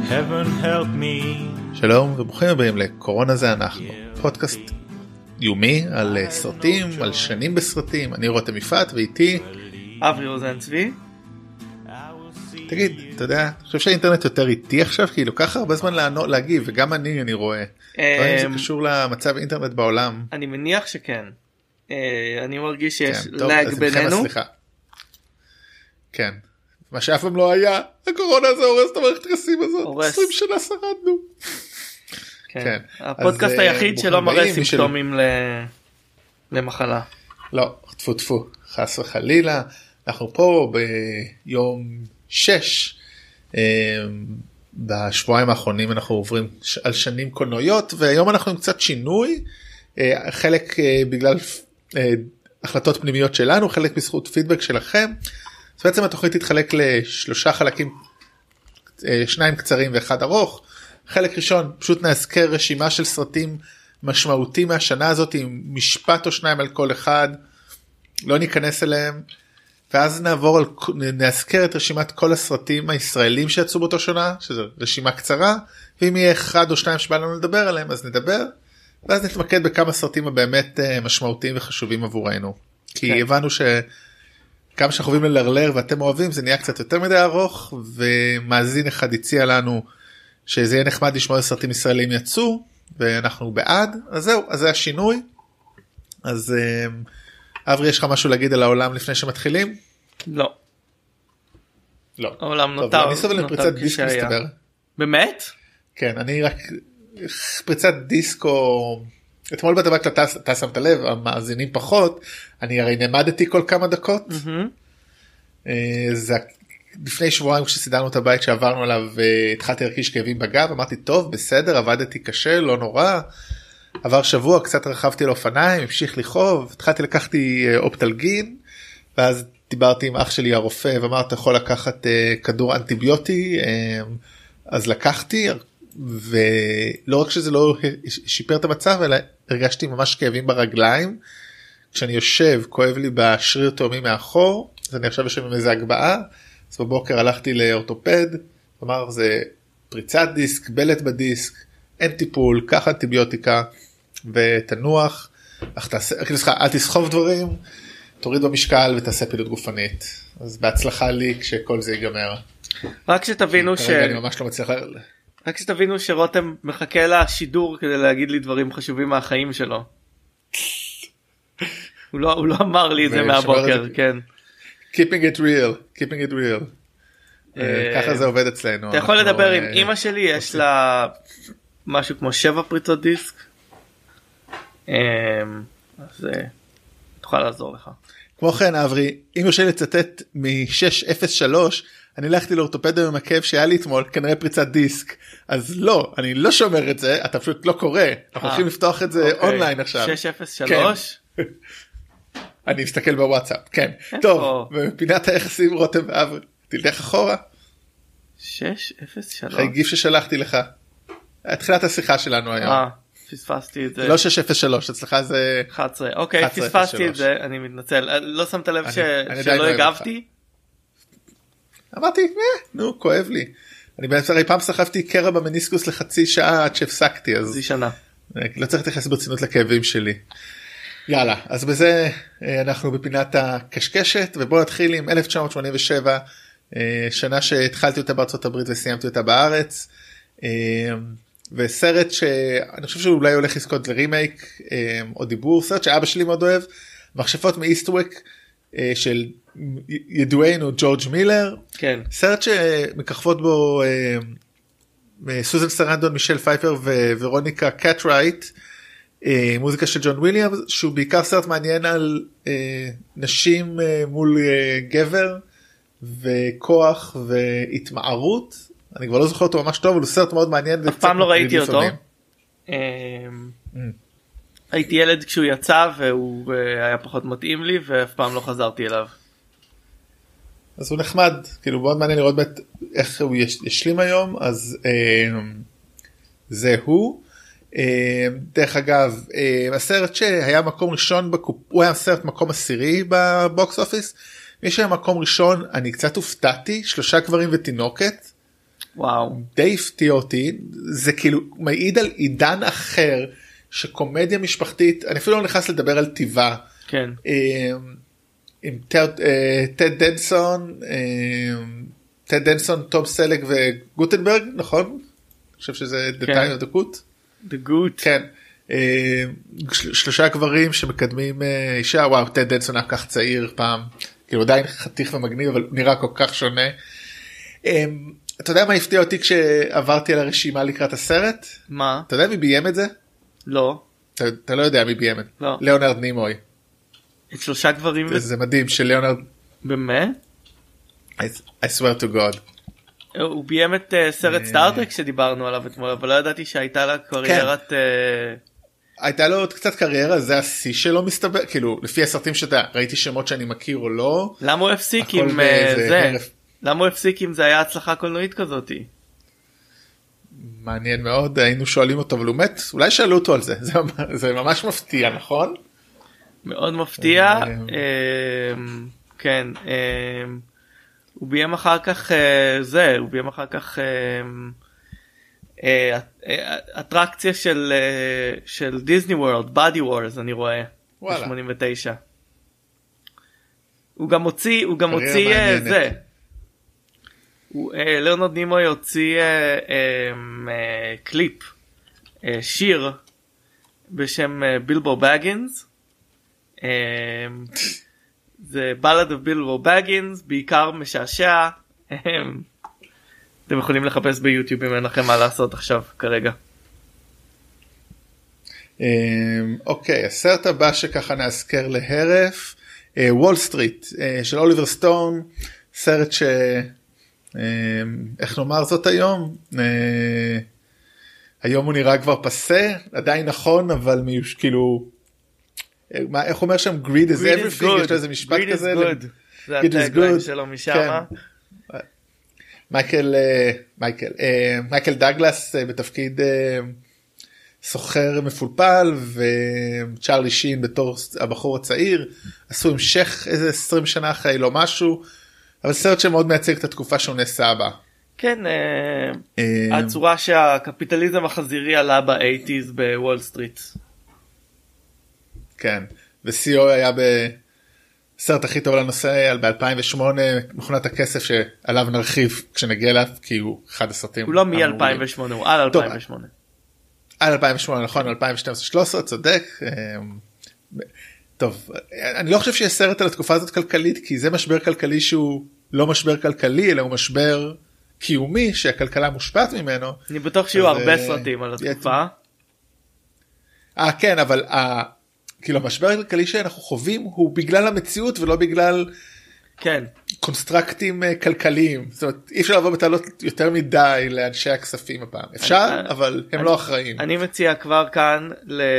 Heaven help me. שלום וברוכים הבאים לקורונה זה אנחנו, פודקאסט יומי על סרטים, על שנים בסרטים. אני רותם יפעת ואיתי אברי רוזן צבי. תגיד, אתה יודע, אני חושב שהאינטרנט יותר איטי עכשיו, כי לוקח הרבה זמן להגיב, וגם אני רואה. האם זה קשור למצב האינטרנט בעולם? אני מניח שכן. אני מרגיש שיש לג בינינו. כן. מה שאף פעם לא היה, הקורונה הזה הורס את המערכת יחסים הזאת. 20 שנה שרדנו. כן. הפודקאסט היחיד שלא מראה סימפטומים למחלה. לא, טפו טפו, חס וחלילה. אנחנו פה ביום 6, בשבועיים האחרונים אנחנו עוברים על שנים קולנועיות, והיום אנחנו עם קצת שינוי, חלק בגלל החלטות פנימיות שלנו, חלק בזכות פידבק שלכם. אז בעצם התוכנית תתחלק לשלושה חלקים, 2 קצרים ואחד ארוך. חלק ראשון, פשוט נזכר רשימה של סרטים משמעותיים מהשנה הזאת, עם משפט או שניים על כל אחד, לא ניכנס אליהם, ואז נזכר את רשימת כל הסרטים הישראלים שיצאו באותו שנה, שזו רשימה קצרה, ואם יהיה 1 או 2 שבא לנו לדבר עליהם, אז נדבר, ואז נתמקד בכמה סרטים הבאמת משמעותיים וחשובים עבורנו. כי הבנו כמה שאנחנו אוהבים ללרלר ואתם אוהבים, זה נהיה קצת יותר מדי ארוך, ומאזין אחד הציע לנו שזה יהיה נחמד לשמוע סרטים ישראלים יצאו, ואנחנו בעד. אז זהו, אז זה השינוי. אז אברי, יש לך משהו להגיד על העולם לפני שמתחילים? לא. לא. העולם נותר. אני סובל לפריצת דיסק מסתבר. באמת? כן, אני רק פריצת דיסק או... אתמול בטבק אתה שמת לב, המאזינים פחות, אני הרי נעמדתי כל כמה דקות, זה לפני שבועיים כשסידרנו את הבית שעברנו עליו, התחלתי להרגיש כאבים בגב, אמרתי טוב בסדר, עבדתי קשה, לא נורא, עבר שבוע, קצת רכבתי על אופניים, המשיך לכאוב, התחלתי לקחתי אופטלגין, ואז דיברתי עם אח שלי הרופא, ואמר אתה יכול לקחת כדור אנטיביוטי, אז לקחתי, ולא רק שזה לא שיפר את המצב, אלא הרגשתי ממש כאבים ברגליים, כשאני יושב, כואב לי בשריר תאומי מאחור, אז אני עכשיו יושב עם איזה הגבהה, אז בבוקר הלכתי לאורתופד, אמר זה פריצת דיסק, בלט בדיסק, אין טיפול, קח אנטיביוטיקה, ותנוח, אל תסחוב דברים, תוריד במשקל ותעשה פעילות גופנית, אז בהצלחה לי כשכל זה ייגמר. רק שתבינו אני ממש לא מצליח רק שתבינו שרותם מחכה לשידור כדי להגיד לי דברים חשובים מהחיים שלו. הוא לא אמר לי את זה מהבוקר, כן. Keeping it real. ככה זה עובד אצלנו. אתה יכול לדבר עם אמא שלי, יש לה משהו כמו 7 פריצות דיסק. אז תוכל לעזור לך. כמו כן, אברי, אם יושב לצטט מ-603, אני הלכתי לאורתופד עם הכאב שהיה לי אתמול, כנראה פריצת דיסק, אז לא, אני לא שומר את זה, אתה פשוט לא קורא, אנחנו הולכים לפתוח את זה אונליין עכשיו. 603? אני מסתכל בוואטסאפ, כן. טוב, ומפינת היחסים רותם ואברי, תלך אחורה. 603? אחרי גיף ששלחתי לך, התחילת השיחה שלנו היום. פספסתי את זה. לא 603, אצלך זה 11, אוקיי, פספסתי את זה, אני מתנצל. לא שמת לב שלא הגבתי? אמרתי, נו, כואב לי. אני באמצע פעם סחבתי קרע במניסקוס לחצי שעה עד שהפסקתי, אז... חצי שנה. לא צריך להתייחס ברצינות לכאבים שלי. יאללה, אז בזה אנחנו בפינת הקשקשת, ובואו נתחיל עם 1987, שנה שהתחלתי אותה בארצות הברית וסיימתי אותה בארץ, וסרט שאני חושב שאולי הולך לזכות לרימייק, או דיבור, סרט שאבא שלי מאוד אוהב, מכשפות מאיסטווק, של ידוענו ג'ורג' מילר, כן. סרט שמככבות בו סוזן סרנדון, מישל פייפר וורוניקה קאטרייט, מוזיקה של ג'ון וויליאמס, שהוא בעיקר סרט מעניין על נשים מול גבר וכוח והתמערות. אני כבר לא זוכר אותו ממש טוב, אבל הוא סרט מאוד מעניין. אף פעם לא ראיתי אותו. הייתי ילד כשהוא יצא והוא היה פחות מתאים לי, ואף פעם לא חזרתי אליו. אז הוא נחמד, כאילו מאוד מעניין לראות באמת איך הוא ישלים היום, אז זה הוא. דרך אגב, הסרט שהיה מקום ראשון, הוא היה סרט מקום 10 בבוקס אופיס, מי שהיה מקום ראשון, אני קצת הופתעתי, 3 גברים ותינוקת. וואו. די הפתיע אותי, זה כאילו מעיד על עידן אחר שקומדיה משפחתית, אני אפילו לא נכנס לדבר על טבעה. כן. עם טד דנסון, תום סלג וגוטנברג, נכון? אני חושב שזה The Time of the Good. The Good. כן. שלושה גברים שמקדמים אישה, וואו, טד דנסון היה כך צעיר פעם, כאילו עדיין חתיך ומגניב, אבל נראה כל כך שונה. אתה יודע מה הפתיע אותי כשעברתי על הרשימה לקראת הסרט? מה? אתה יודע מי ביים את זה? לא. אתה לא יודע מי ביים את זה. לא. ליאונרד נימוי. את שלושה גברים. זה מדהים שליאונרד... באמת? I swear to God. הוא ביים את סרט סטארטרק שדיברנו עליו אתמול, אבל לא ידעתי שהייתה לה קריירת... הייתה לו עוד קצת קריירה, זה השיא שלו מסתבר, כאילו לפי הסרטים שאתה ראיתי שמות שאני מכיר או לא. למה הוא הפסיק עם זה? למה הוא הפסיק אם זה היה הצלחה קולנועית כזאתי? מעניין מאוד, היינו שואלים אותו, אבל הוא מת, אולי שאלו אותו על זה, זה ממש מפתיע, נכון? מאוד מפתיע, כן, הוא ביים אחר כך הוא ביים אחר כך אטרקציה של דיסני וורלד, באדי וורס, אני רואה, ב-89. הוא גם הוציא זה. ליאונרד נימוי הוציא קליפ, שיר בשם בילבו בגינס. זה בלד אוף בילבו בגינס, בעיקר משעשע. אתם יכולים לחפש ביוטיוב אם אין לכם מה לעשות עכשיו כרגע. אוקיי, הסרט הבא שככה נזכר להרף, וול סטריט של אוליבר סטון, סרט ש... איך נאמר זאת היום? היום הוא נראה כבר פסה, עדיין נכון, אבל כאילו, איך אומר שם? Greed is everything, יש לו איזה משפט כזה. זה הטגליין שלו משם. מייקל דאגלס בתפקיד סוחר מפולפל, וצ'רלי שין בתור הבחור הצעיר, עשו המשך איזה 20 שנה אחרי לא משהו, אבל סרט שמאוד מייצג את התקופה שהוא נעשה בה. כן, הצורה שהקפיטליזם החזירי עלה ב-80s בוול סטריט. כן, ו-CO היה בסרט הכי טוב לנושא ב-2008, מכונת הכסף שעליו נרחיב כשנגיע אליו, כי הוא אחד הסרטים. הוא לא מ-2008, הוא על 2008. על 2008, נכון, 2012-2013, צודק. טוב, אני לא חושב שיש סרט על התקופה הזאת כלכלית, כי זה משבר כלכלי שהוא לא משבר כלכלי, אלא הוא משבר קיומי, שהכלכלה מושפעת ממנו. אני בטוח שיהיו הרבה סרטים על התקופה. כן, אבל כאילו המשבר הכלכלי שאנחנו חווים הוא בגלל המציאות ולא בגלל קונסטרקטים כלכליים. זאת אומרת, אי אפשר לבוא בטענות יותר מדי לאנשי הכספים הפעם. אפשר, אבל הם לא אחראים. אני מציע כבר כאן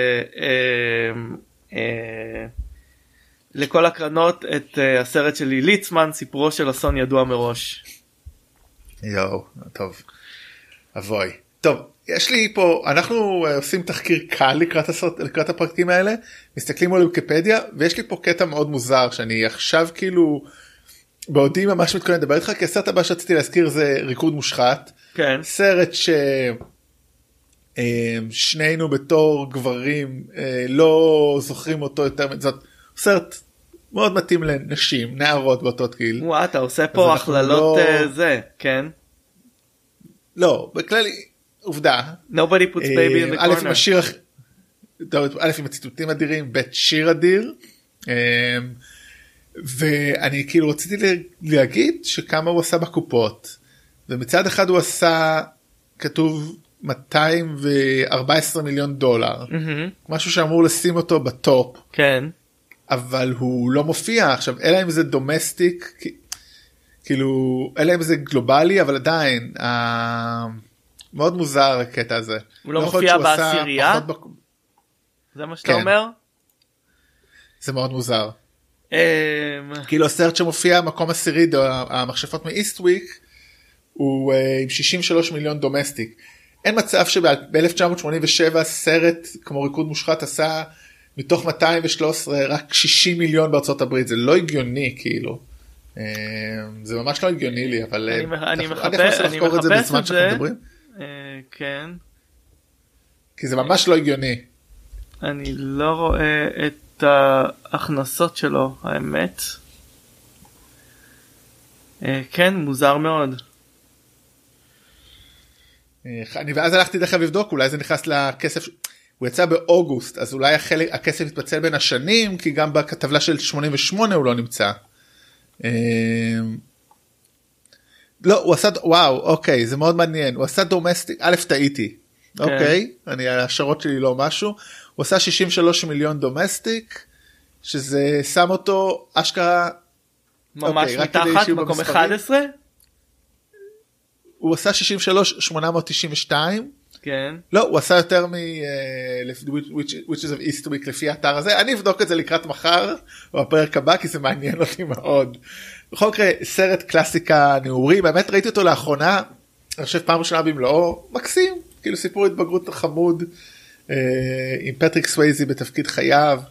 לכל הקרנות את הסרט שלי ליצמן, סיפורו של אסון ידוע מראש. יואו, טוב. אבוי. טוב, יש לי פה, אנחנו עושים תחקיר קל לקראת הפרקים האלה, מסתכלים על ויקיפדיה, ויש לי פה קטע מאוד מוזר, שאני עכשיו כאילו, בעודי ממש מתכונן לדבר איתך, כי הסרט הבא שרציתי להזכיר זה ריקוד מושחת. כן. סרט ששנינו בתור גברים לא זוכרים אותו יותר, זאת סרט מאוד מתאים לנשים, נערות באותו גיל. אתה עושה פה הכללות זה, כן? לא, בכללי, עובדה. Nobody puts baby in the corner. א' עם הציטוטים אדירים, ב' שיר אדיר. ואני כאילו רציתי להגיד שכמה הוא עשה בקופות. ומצד אחד הוא עשה, כתוב 214 מיליון דולר. משהו שאמור לשים אותו בטופ. כן. אבל הוא לא מופיע עכשיו, אלא אם זה דומסטיק, כאילו, אלא אם זה גלובלי, אבל עדיין, מאוד מוזר הקטע הזה. הוא לא מופיע בעשירייה? זה מה שאתה אומר? זה מאוד מוזר. כאילו הסרט שמופיע מקום עשירי, המכשפות מאיסטוויק, הוא עם 63 מיליון דומסטיק. אין מצב שב-1987 סרט כמו ריקוד מושחת עשה מתוך 213 רק 60 מיליון בארצות הברית, זה לא הגיוני כאילו. זה ממש לא הגיוני לי, אבל אני מחפש לחקור את זה בזמן שאנחנו מדברים. כן. כי זה ממש לא הגיוני. אני לא רואה את ההכנסות שלו, האמת. כן, מוזר מאוד. ואז הלכתי דרך לבדוק, אולי זה נכנס לכסף, הוא יצא באוגוסט, אז אולי הכסף יתפצל בין השנים, כי גם בכתבלה של 88 הוא לא נמצא. לא, הוא עשה, וואו, אוקיי, זה מאוד מעניין, הוא עשה דומסטיק, א' טעיתי, אוקיי, השערות שלי לא משהו, הוא עשה 63 מיליון דומסטיק, שזה שם אותו אשכרה, ממש מתחת, מקום 11? הוא עשה 63,892. כן. לא, הוא עשה יותר which is of East Week לפי האתר הזה. אני אבדוק את זה לקראת מחר, או הפרק הבא, כי זה מעניין אותי מאוד. בכל מקרה, סרט קלאסיקה נעורי, באמת ראיתי אותו לאחרונה, אני חושב פעם ראשונה במלואו, מקסים, כאילו סיפור התבגרות חמוד, עם פטריק סווייזי בתפקיד חייו,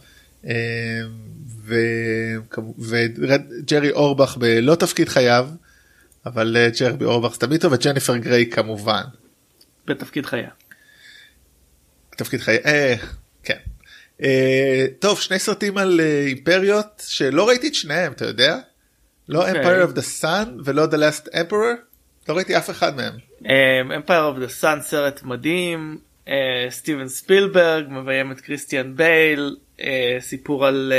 וג'רי אורבך בלא תפקיד חייו, אבל ג'רבי אורבך תמיד טוב, וג'ניפר גריי כמובן. בתפקיד חיה. תפקיד חיה, כן. טוב, שני סרטים על אימפריות, שלא ראיתי את שניהם, אתה יודע? לא Empire of the Sun ולא The Last Emperor, לא ראיתי אף אחד מהם. Empire of the Sun סרט מדהים, סטיבן ספילברג מביים את קריסטיאן בייל, סיפור על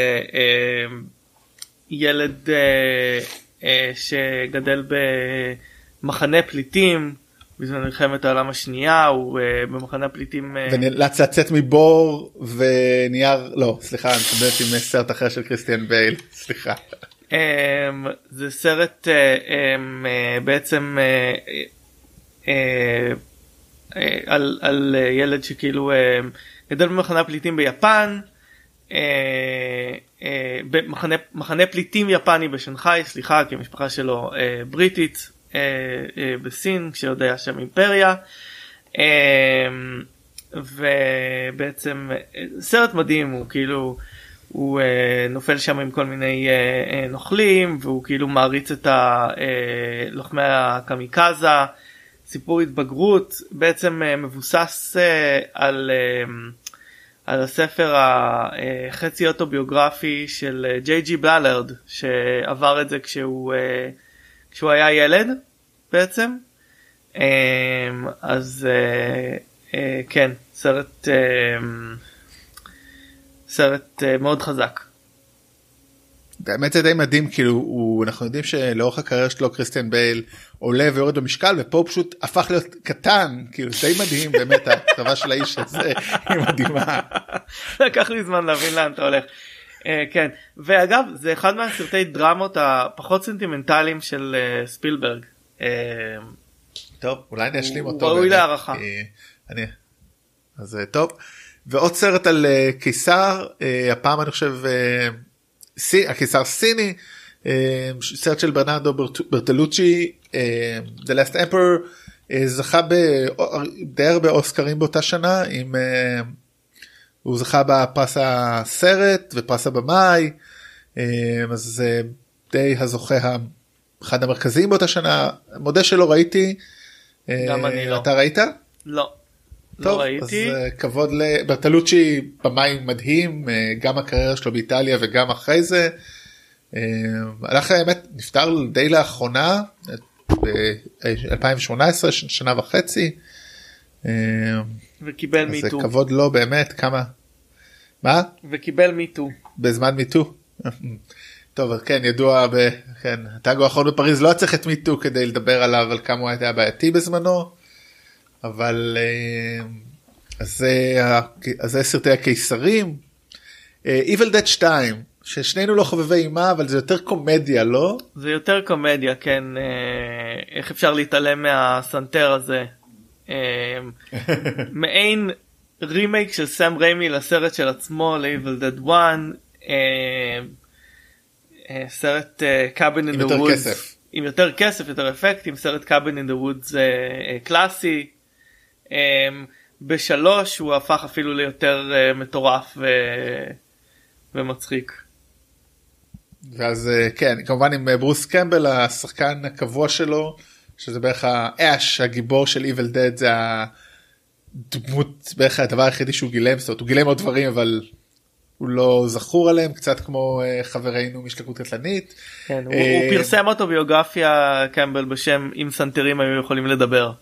ילד שגדל במחנה פליטים בזמן מלחמת העולם השנייה, הוא במחנה פליטים ונאלץ לצאת מבור ונייר, לא סליחה, אני מדברת עם סרט אחר של קריסטיאן בייל, סליחה. זה סרט בעצם על ילד שכאילו גדל במחנה פליטים ביפן, במחנה פליטים יפני בשנגחאי, סליחה, כי המשפחה שלו בריטית, בסין, כשעוד היה שם אימפריה, ובעצם סרט מדהים, הוא כאילו, הוא נופל שם עם כל מיני נוכלים, והוא כאילו מעריץ את לוחמי הקמיקזה, סיפור התבגרות, בעצם מבוסס על הספר החצי אוטוביוגרפי של ג'יי ג'י בלארד, שעבר את זה כשהוא היה ילד בעצם. אז כן, סרט מאוד חזק. באמת זה די מדהים, כאילו אנחנו יודעים שלאורך הקריירה שלו קריסטיאן בייל עולה ויורד במשקל, ופה הוא פשוט הפך להיות קטן, כאילו זה די מדהים באמת, הכתבה של האיש הזה היא מדהימה. לקח לי זמן להבין לאן אתה הולך. כן, ואגב זה אחד מהסרטי דרמות הפחות סנטימנטליים של ספילברג. טוב, אולי אני אשלים אותו. הוא ראוי להערכה. אז טוב, ועוד סרט על קיסר, הפעם אני חושב הקיסר סיני, סרט של ברנרדו ברטלוצ'י, The Last Emperor, זכה די הרבה אוסקרים באותה שנה, הוא זכה בפרס הסרט ופרס הבמאי, אז זה די הזוכה אחד המרכזיים באותה שנה. מודה שלא ראיתי. גם אני לא. אתה ראית? לא. טוב, לא ראיתי. אז כבוד ברטלוצ'י, במאי מדהים, גם הקריירה שלו באיטליה וגם אחרי זה. הלך האמת, נפטר די לאחרונה, ב-2018, שנה וחצי. וקיבל מיטו. אז כבוד לו באמת, כמה? מה? וקיבל מיטו. בזמן מיטו. טוב, כן, ידוע, כן, הטאגו האחרון בפריז לא צריך את מיטו כדי לדבר עליו, על כמה הוא היה בעייתי בזמנו, אבל אז זה סרטי הקיסרים. Evil Dead 2, ששנינו לא חובבי אימה, אבל זה יותר קומדיה, לא? זה יותר קומדיה, כן. איך אפשר להתעלם מהסנטר הזה? מעין רימייק של סם ריימי לסרט של עצמו, ל-Evil Dead 1, סרט Cabin in the Woods, עם יותר כסף, יותר אפקטים, סרט Cabin in the Woods קלאסי. ב3 הוא הפך אפילו ליותר מטורף ומצחיק. ואז כן, כמובן עם ברוס קמבל, השחקן הקבוע שלו, שזה בערך האש, הגיבור של Evil Dead, זה הדמות, בערך הדבר היחידי שהוא גילם, זאת אומרת, הוא גילם עוד דברים, אבל הוא לא זכור עליהם, קצת כמו חברינו משלקות קטלנית. כן, הוא פרסם אוטוביוגרפיה קמבל בשם אם סנטרים היו יכולים לדבר.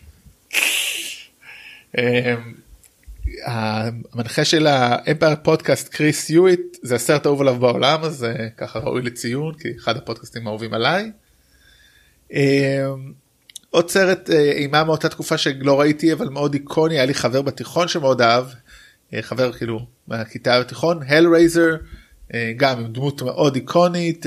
המנחה של האמפייר פודקאסט קריס יואיט, זה הסרט האהוב עליו בעולם, אז ככה ראוי לציון, כי אחד הפודקאסטים האהובים עליי. עוד סרט אימה מאותה תקופה שלא ראיתי, אבל מאוד איקוני, היה לי חבר בתיכון שמאוד אהב, חבר כאילו מהכיתה בתיכון, Hellraiser, גם עם דמות מאוד איקונית,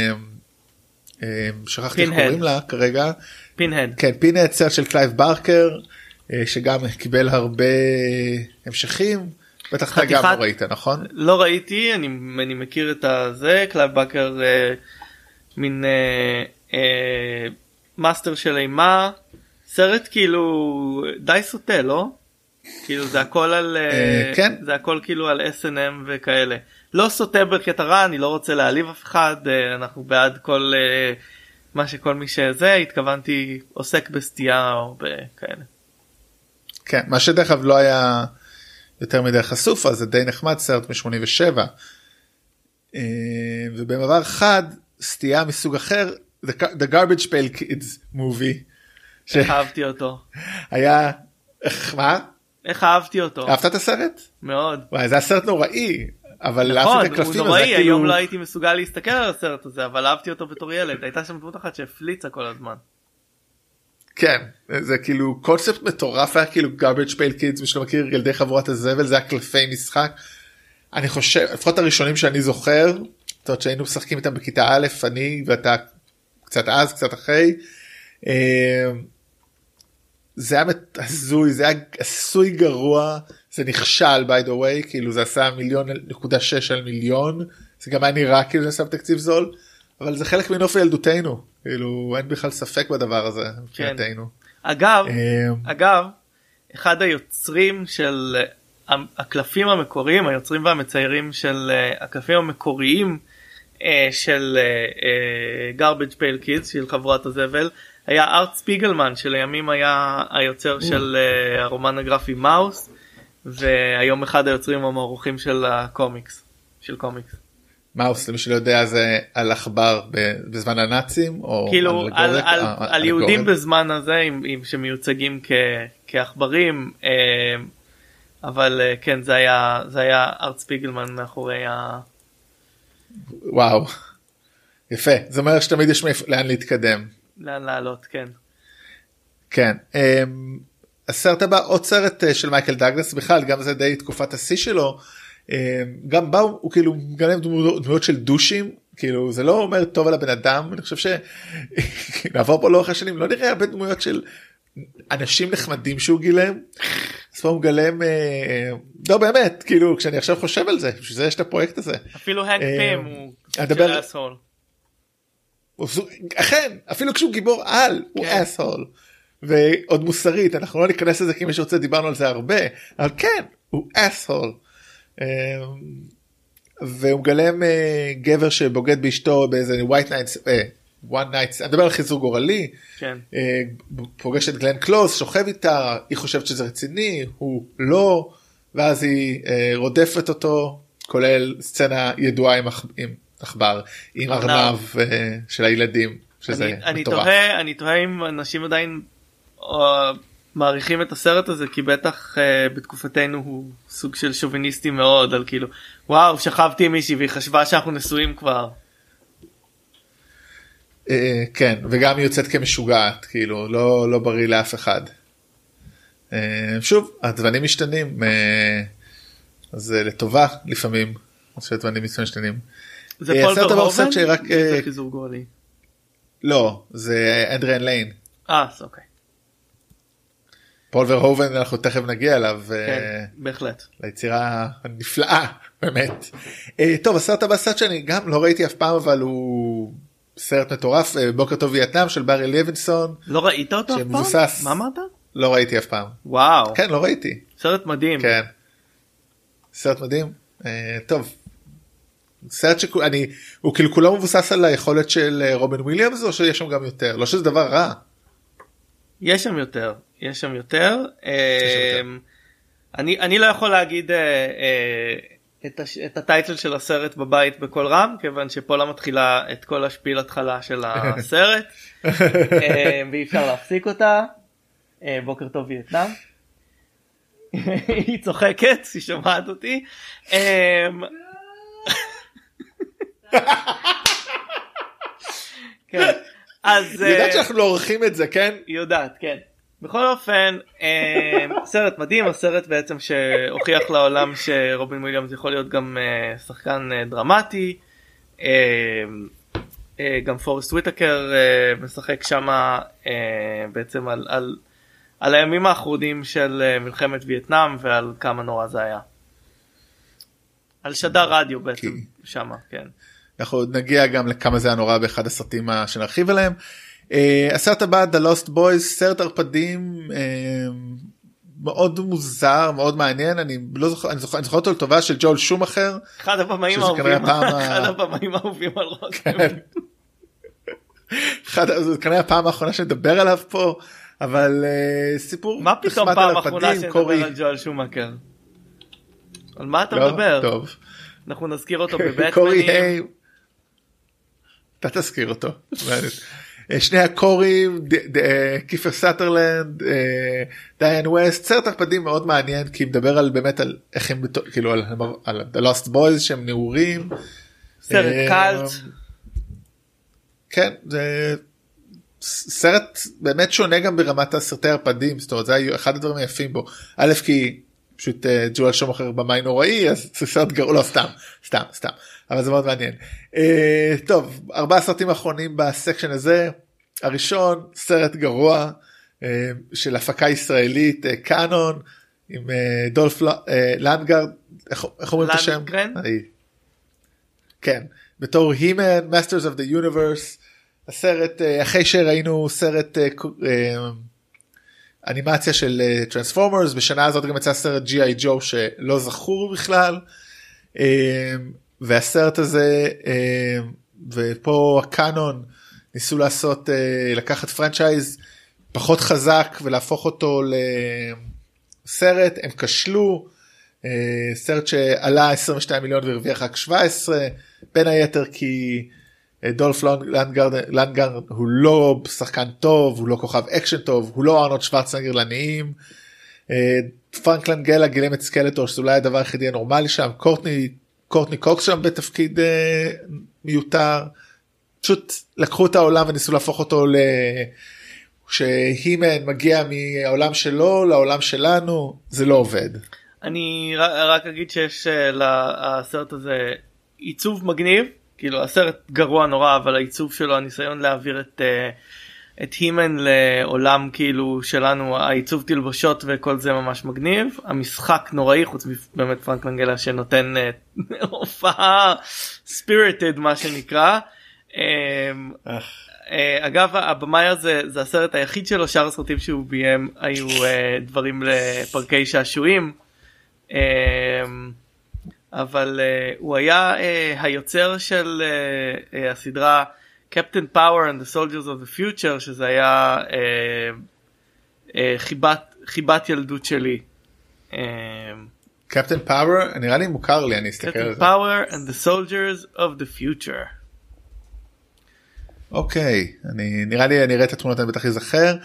שכחתי איך קוראים לה כרגע. פינהד. כן, פינהד, סרט של קלייב ברקר, שגם קיבל הרבה המשכים, בטח אתה גם לא ראית, נכון? לא ראיתי, אני מכיר את זה, קלייב ברקר מין מאסטר של אימה, סרט כאילו די סוטה, לא? כאילו זה הכל על כן. זה הכל כאילו על S&M וכאלה. לא סוטה בקטע רע, אני לא רוצה להעליב אף אחד, אנחנו בעד כל מה שכל מי שזה, התכוונתי עוסק בסטייה או בכאלה. כן, מה שדרך כלל לא היה יותר מדי חשוף, אז זה די נחמד, סרט מ-87. ובמעבר חד, סטייה מסוג אחר, The Garbage Pail Kids movie. איך אהבתי אותו? היה, מה? איך אהבתי אותו? אהבת את הסרט? מאוד. וואי, זה הסרט נוראי, אבל נכון, אהבת את הקלפים, הוא נוראי, היום לא הייתי מסוגל להסתכל על הסרט הזה, אבל אהבתי אותו בתור ילד, הייתה שם דמות אחת שהפליצה כל הזמן. כן, זה כאילו קונספט מטורף, היה כאילו garbage pail kids, מי שלא מכיר ילדי חבורת הזבל, זה היה קלפי משחק. אני חושב, לפחות הראשונים שאני זוכר, זאת אומרת שהיינו משחקים איתם בכיתה א', אני ואתה קצת אז, קצת אחרי, זה היה הזוי, זה היה עשוי גרוע, זה נכשל by the way, כאילו זה עשה 1.6 מיליון, זה גם היה נראה כאילו זה עשה בתקציב זול, אבל זה חלק מנוף ילדותנו, כאילו אין בכלל ספק בדבר הזה מבחינתנו. אגב, אחד היוצרים של הקלפים המקוריים, היוצרים והמציירים של הקלפים המקוריים של Garbage Pail Kids, של חבורת הזבל, היה ארט ספיגלמן, שלימים היה היוצר של הרומן הגרפי מאוס, והיום אחד היוצרים המערוכים של הקומיקס, של קומיקס. מאוס, למי שלא יודע, זה על עכבר בזמן הנאצים? כאילו, על יהודים בזמן הזה, שמיוצגים כעכברים, אבל כן, זה היה ארט ספיגלמן מאחורי וואו, יפה, זה אומר שתמיד יש לאן להתקדם. לאן לעלות, כן. כן, הסרט הבא, עוד סרט של מייקל דאגלס, בכלל, גם זה די תקופת השיא שלו, גם באו, הוא כאילו מגלם דמויות של דושים, כאילו זה לא אומר טוב על הבן אדם, אני חושב שנעבור פה לאורך השנים, לא נראה הרבה דמויות של אנשים נחמדים שהוא גילם, אז פה הוא מגלם, לא באמת, כאילו כשאני עכשיו חושב על זה, בשביל זה יש את הפרויקט הזה. אפילו הנק פים הוא של אסהול. אכן, אפילו כשהוא גיבור על, הוא אסהול. ועוד מוסרית, אנחנו לא ניכנס לזה כי מי שרוצה דיברנו על זה הרבה, אבל כן, הוא אסהול. והוא מגלם גבר שבוגד באשתו באיזה white nights, one nights, אני מדבר על חיזור גורלי, כן. פוגש את גלן קלוס, שוכב איתה, היא חושבת שזה רציני, הוא לא, ואז היא רודפת אותו, כולל סצנה ידועה עם עכבר, עם ארנב של הילדים, שזה מטורף. אני תוהה אם אנשים עדיין מעריכים את הסרט הזה, כי בטח בתקופתנו הוא סוג של שוביניסטי מאוד, על כאילו, וואו, שכבתי עם מישהי והיא חשבה שאנחנו נשואים כבר. כן, וגם היא יוצאת כמשוגעת, כאילו, לא בריא לאף אחד. שוב, הדברים משתנים, אז לטובה לפעמים, שהדברים משתנים. זה פול ורהובן? זה חיזור גורלי. לא, זה אנדריאן ליין. אוקיי. פול ורהובן, אנחנו תכף נגיע אליו. כן, בהחלט. ליצירה הנפלאה, באמת. טוב, הסרט הבא, סרט שאני גם לא ראיתי אף פעם, אבל הוא סרט מטורף, בוקר טוב וייטנאם של ברי לוינסון. לא ראית אותו אף פעם? מה אמרת? לא ראיתי אף פעם. וואו. כן, לא ראיתי. סרט מדהים. כן. סרט מדהים. טוב. סרט הוא כאילו כולו מבוסס על היכולת של רובין וויליאמס, או שיש שם גם יותר? לא שזה דבר רע. יש שם יותר, יש שם יותר. אני לא יכול להגיד את הטייטל של הסרט בבית בכל רם, כיוון שפולה מתחילה את כל השפיל התחלה של הסרט, ואי אפשר להפסיק אותה. בוקר טוב וייטנאם. היא צוחקת, היא שומעת אותי. כן. אז יודעת שאנחנו לא עורכים את זה, כן? יודעת, כן. בכל אופן, סרט מדהים, הסרט בעצם שהוכיח לעולם שרובין וויליאמס יכול להיות גם שחקן דרמטי. גם פורסט וויטקר משחק שם בעצם על הימים האחרונים של מלחמת וייטנאם ועל כמה נורא זה היה. על שדר רדיו בעצם שם, כן. אנחנו עוד נגיע גם לכמה זה הנורא באחד הסרטים שנרחיב עליהם. הסרט הבא, The Lost Boys, סרט ערפדים מאוד מוזר, מאוד מעניין. אני זוכר אותו לטובה של ג'ול שומאחר. אחד הבמאים האהובים על רותם. זה כנראה הפעם האחרונה שנדבר עליו פה, אבל סיפור מה פתאום פעם האחרונה שנדבר על ג'ול שומאחר? על מה אתה מדבר? טוב. אנחנו נזכיר אותו בבטמנים. אתה תזכיר אותו. שני הקורים, קיפר סאטרלנד, דיין ווסט, סרט ערפדים מאוד מעניין, כי מדבר על באמת על איך הם, כאילו על The Lost Boys שהם נעורים. סרט קאלט. כן, זה סרט באמת שונה גם ברמת הסרטי ערפדים, זאת אומרת, זה היה אחד הדברים היפים בו. א', כי פשוט ג'ואל שומאחר במאי נוראי, אז זה סרט גרוע, לא סתם, אבל זה מאוד מעניין. טוב, 4 סרטים האחרונים בסקשן הזה. הראשון, סרט גרוע של הפקה ישראלית, קאנון, עם דולף לנדגרד, איך אומרים את השם? לנדגרן? כן, בתור הימן, Masters of the Universe. הסרט, אחרי שראינו סרט אנימציה של טרנספורמרס, בשנה הזאת גם יצא סרט G.I. Joe שלא זכור בכלל, והסרט הזה, ופה הקאנון ניסו לקחת פרנצ'ייז פחות חזק ולהפוך אותו לסרט, הם כשלו, סרט שעלה 22 מיליון והרוויח רק 17, בין היתר כי דולף לנדגרד הוא לא שחקן טוב, הוא לא כוכב אקשן טוב, הוא לא ארנולד שוורצנגר לנעים, פרנק לנגלה גילם את סקלטור שזה אולי הדבר היחידי הנורמלי שם, קורטני קוקס שם בתפקיד מיותר, פשוט לקחו את העולם וניסו להפוך אותו שהימן מגיע מהעולם שלו לעולם שלנו, זה לא עובד. אני רק אגיד שיש לסרט הזה עיצוב מגניב, כאילו הסרט גרוע נורא, אבל העיצוב שלו, הניסיון להעביר את הימן לעולם כאילו שלנו, העיצוב תלבושות וכל זה ממש מגניב. המשחק נוראי, חוץ באמת פרנק לנגלה שנותן הופעה ספיריטד מה שנקרא. אגב, הבמאי הזה זה הסרט היחיד שלו, שאר הסרטים שהוא ביים היו דברים לפרקי שעשועים. אבל הוא היה היוצר של הסדרה Captain Power and the Soldiers of the Future, שזה היה חיבת ילדות שלי. Captain Power, נראה לי מוכר לי, אני אסתכל על זה. Captain Power and the Soldiers of the Future. אוקיי, נראה לי אני אראה את התמונות, אני בטח יזכר.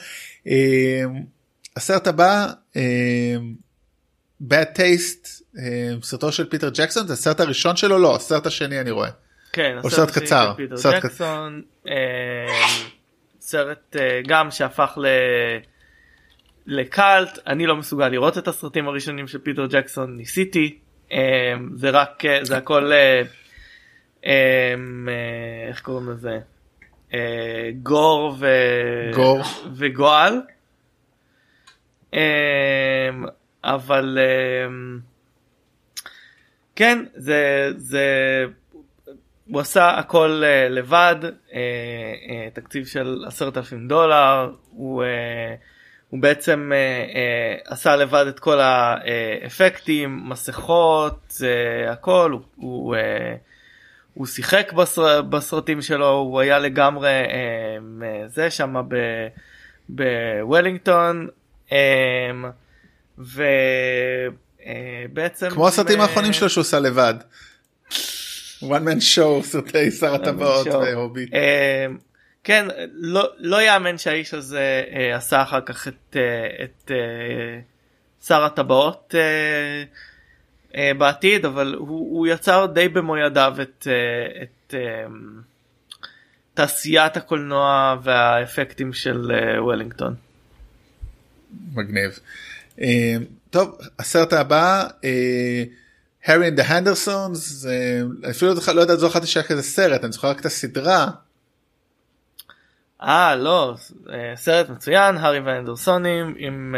הסרט הבא, Bad Taste, סרטו של פיטר ג'קסון, זה הסרט הראשון שלו? לא, הסרט השני אני רואה. כן, או סרט קצר. פיטר ג'קסון, סרט גם שהפך לקלט. אני לא מסוגל לראות את הסרטים הראשונים של פיטר ג'קסון, ניסיתי, זה רק, זה הכל, איך קוראים לזה? גור וגועל. אבל כן, הוא עשה הכל לבד, תקציב של $10,000, הוא בעצם עשה לבד את כל האפקטים, מסכות, הכל, הוא שיחק בסרטים שלו, הוא היה לגמרי זה שם בוולינגטון, ובעצם כמו הסרטים האחרונים שלו שהוא עושה לבד, one man show, סרטי שר הטבעות והוביט. כן, לא יאמן שהאיש הזה עשה אחר כך את שר הטבעות בעתיד, אבל הוא יצר די במו ידיו את תעשיית הקולנוע והאפקטים של וולינגטון. מגניב. טוב, הסרט הבא, Harry and the Hendersons, אפילו לא יודעת, זוכרתי שהיה כזה סרט, אני זוכר רק את הסדרה. לא, סרט מצוין, הארי והאנדרסונים,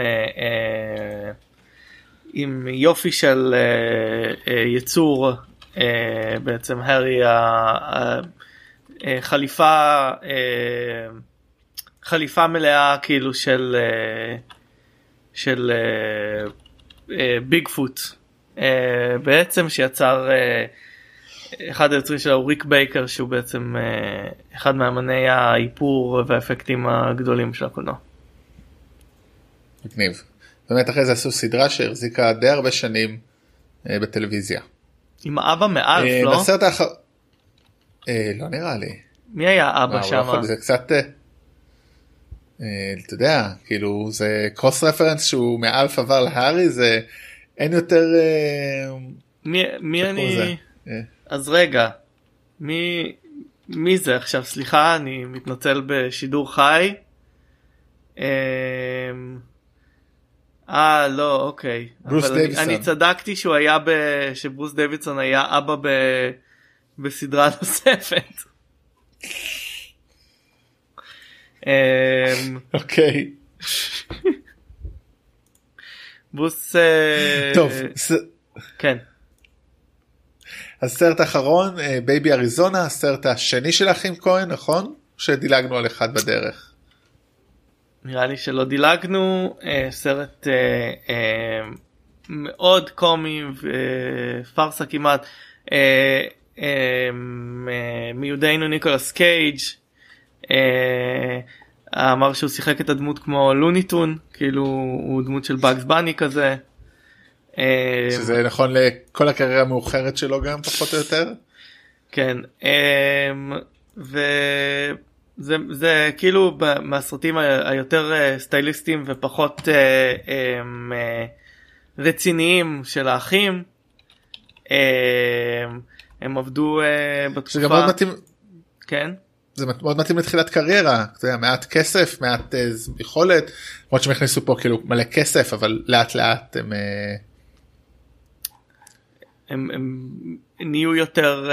עם יופי של יצור, בעצם הארי חליפה מלאה כאילו של ביג פוט, בעצם שיצר אחד היוצרים שלו, ריק בייקר, שהוא בעצם אחד מאמני האיפור והאפקטים הגדולים של הקולנוע. מגניב. באמת אחרי זה עשו סדרה שהחזיקה די הרבה שנים בטלוויזיה. עם האבא מאלף, לא? בסרט לא נראה לי. מי היה אבא שם? זה קצת, אתה יודע, כאילו זה קרוס רפרנס שהוא מאלף עבר להארי, זה אין יותר... מי אני... אז רגע, מי זה עכשיו? סליחה, אני מתנצל בשידור חי. לא, אוקיי. ברוס דיווידסון. אני צדקתי שהוא היה שברוס דיווידסון היה אבא בסדרה נוספת. אוקיי. ברוס... טוב. כן. הסרט האחרון, בייבי אריזונה, הסרט השני של האחים כהן, נכון? שדילגנו על אחד בדרך. נראה לי שלא דילגנו, סרט מאוד קומי ופרסה כמעט, מיודענו ניקולס קייג' אמר שהוא שיחק את הדמות כמו לוניטון, כאילו הוא דמות של באגס בני כזה. שזה נכון לכל הקריירה המאוחרת שלו גם פחות או יותר. כן, וזה כאילו מהסרטים היותר סטייליסטיים ופחות רציניים של האחים. הם עבדו בתקופה... זה גם מאוד מתאים... כן? זה מאוד מתאים לתחילת קריירה, אתה יודע, מעט כסף, מעט יכולת, למרות שהם הכניסו פה כאילו מלא כסף, אבל לאט לאט הם נהיו יותר...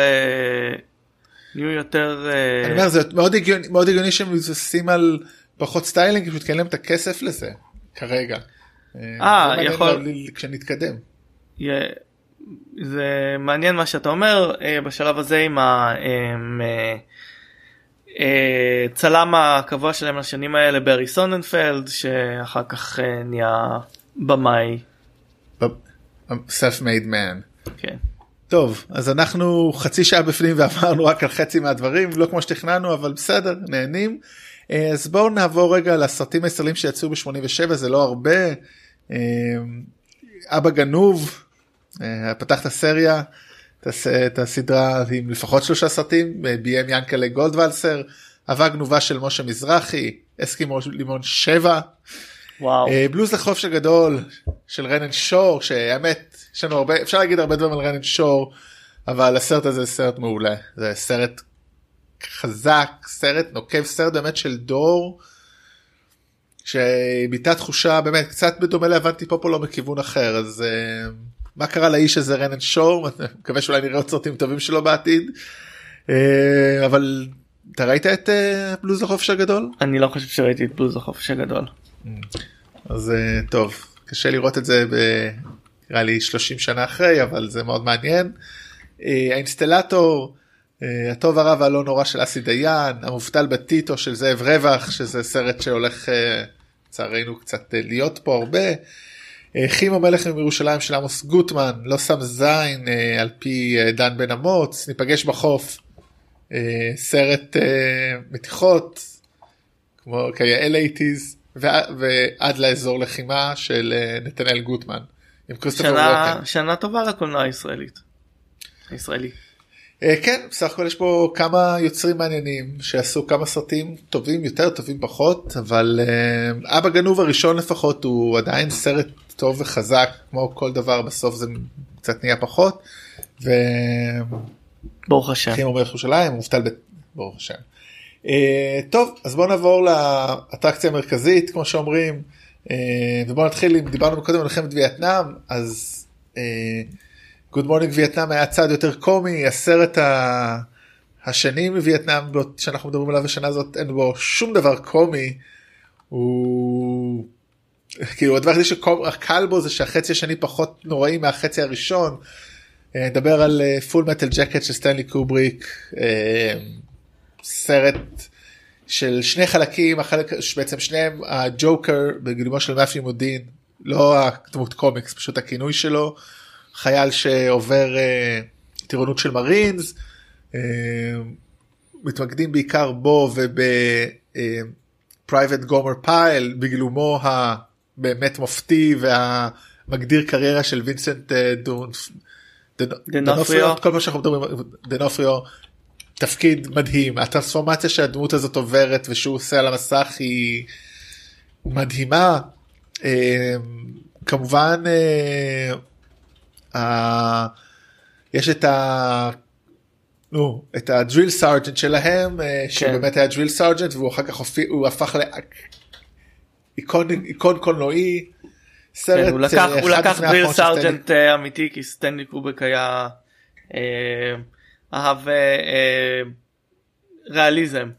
אני אומר, זה מאוד הגיוני שהם מבוססים על פחות סטיילינג, פשוט כן להם את הכסף לזה, כרגע. יכול... כשנתקדם. זה מעניין מה שאתה אומר, בשלב הזה עם הצלם הקבוע שלהם לשנים האלה, ברי סוננפלד, שאחר כך נהיה במאי. Self-made man. כן. טוב, אז אנחנו חצי שעה בפנים ועברנו רק על חצי מהדברים, לא כמו שתכננו, אבל בסדר, נהנים. אז בואו נעבור רגע לסרטים הישראלים שיצאו ב-87, זה לא הרבה. אבא גנוב, פתח את הסריה, את הסדרה עם לפחות 3 סרטים, ביים ינקלה גולדוולסר, אהבה גנובה של משה מזרחי, אסקימו לימון 7, בלוז לחופש הגדול של רנן שור, שהאמת, יש לנו הרבה, אפשר להגיד הרבה דברים על רנן שור, אבל הסרט הזה זה סרט מעולה, זה סרט חזק, סרט נוקב, סרט באמת של דור, שביטה תחושה באמת קצת בדומה להבנתי פופולו מכיוון אחר, אז מה קרה לאיש הזה רנן שור? אני מקווה שאולי נראה עוד סרטים טובים שלו בעתיד, אבל אתה ראית את בלוז לחופש הגדול? אני לא חושב שראיתי את בלוז לחופש הגדול. אז טוב, קשה לראות את זה נראה לי 30 שנה אחרי, אבל זה מאוד מעניין. האינסטלטור, הטוב הרע והלא נורא של אסי דיין, המובטל בטיטו של זאב רווח, שזה סרט שהולך לצערנו קצת להיות פה הרבה. חימו מלך מירושלים של עמוס גוטמן, לא שם זין על פי דן בן אמוץ, ניפגש בחוף, סרט מתיחות, כמו כיאה אייטיז, ועד לאזור לחימה של נתנאל גוטמן. שנה טובה לקולנוע הישראלי. כן, בסך הכל יש פה כמה יוצרים מעניינים שעשו כמה סרטים טובים יותר, טובים פחות, אבל אבא גנוב הראשון לפחות הוא עדיין סרט טוב וחזק, כמו כל דבר בסוף זה קצת נהיה פחות, ברוך השם. חימו מלך ירושלים, מובטל ברוך השם. טוב, אז בואו נעבור לאטרקציה המרכזית, כמו שאומרים, ובואו נתחיל, אם דיברנו קודם על מלחמת וייטנאם, אז Good Morning וייטנאם היה צעד יותר קומי, הסרט השני מווייטנאם שאנחנו מדברים עליו השנה הזאת, אין בו שום דבר קומי, הוא כאילו הדבר הזה שקל בו זה שהחצי השני פחות נוראי מהחצי הראשון. נדבר על פול מטל ג'קט של סטנלי קובריק, סרט של שני חלקים, בעצם שניהם הג'וקר בגילומו של מאת'יו מודין, לא הדמות קומיקס, פשוט הכינוי שלו, חייל שעובר טירונות של מרינס, מתמקדים בעיקר בו ובפרייבט גומר פייל, בגילומו הבאמת מופתי והמגדיר קריירה של וינסנט דנופריו, כל מה שאנחנו מדברים, דנופריו, תפקיד מדהים, הטרנספורמציה שהדמות הזאת עוברת ושהוא עושה על המסך היא מדהימה, כמובן יש את הדריל סארג'נט שלהם, שבאמת היה דריל סארג'נט, והוא אחר כך הוא הפך לאיקון קולנועי, סרט. הוא לקח דריל סארג'נט אמיתי, כי סטנלי קובריק היה אהב ריאליזם.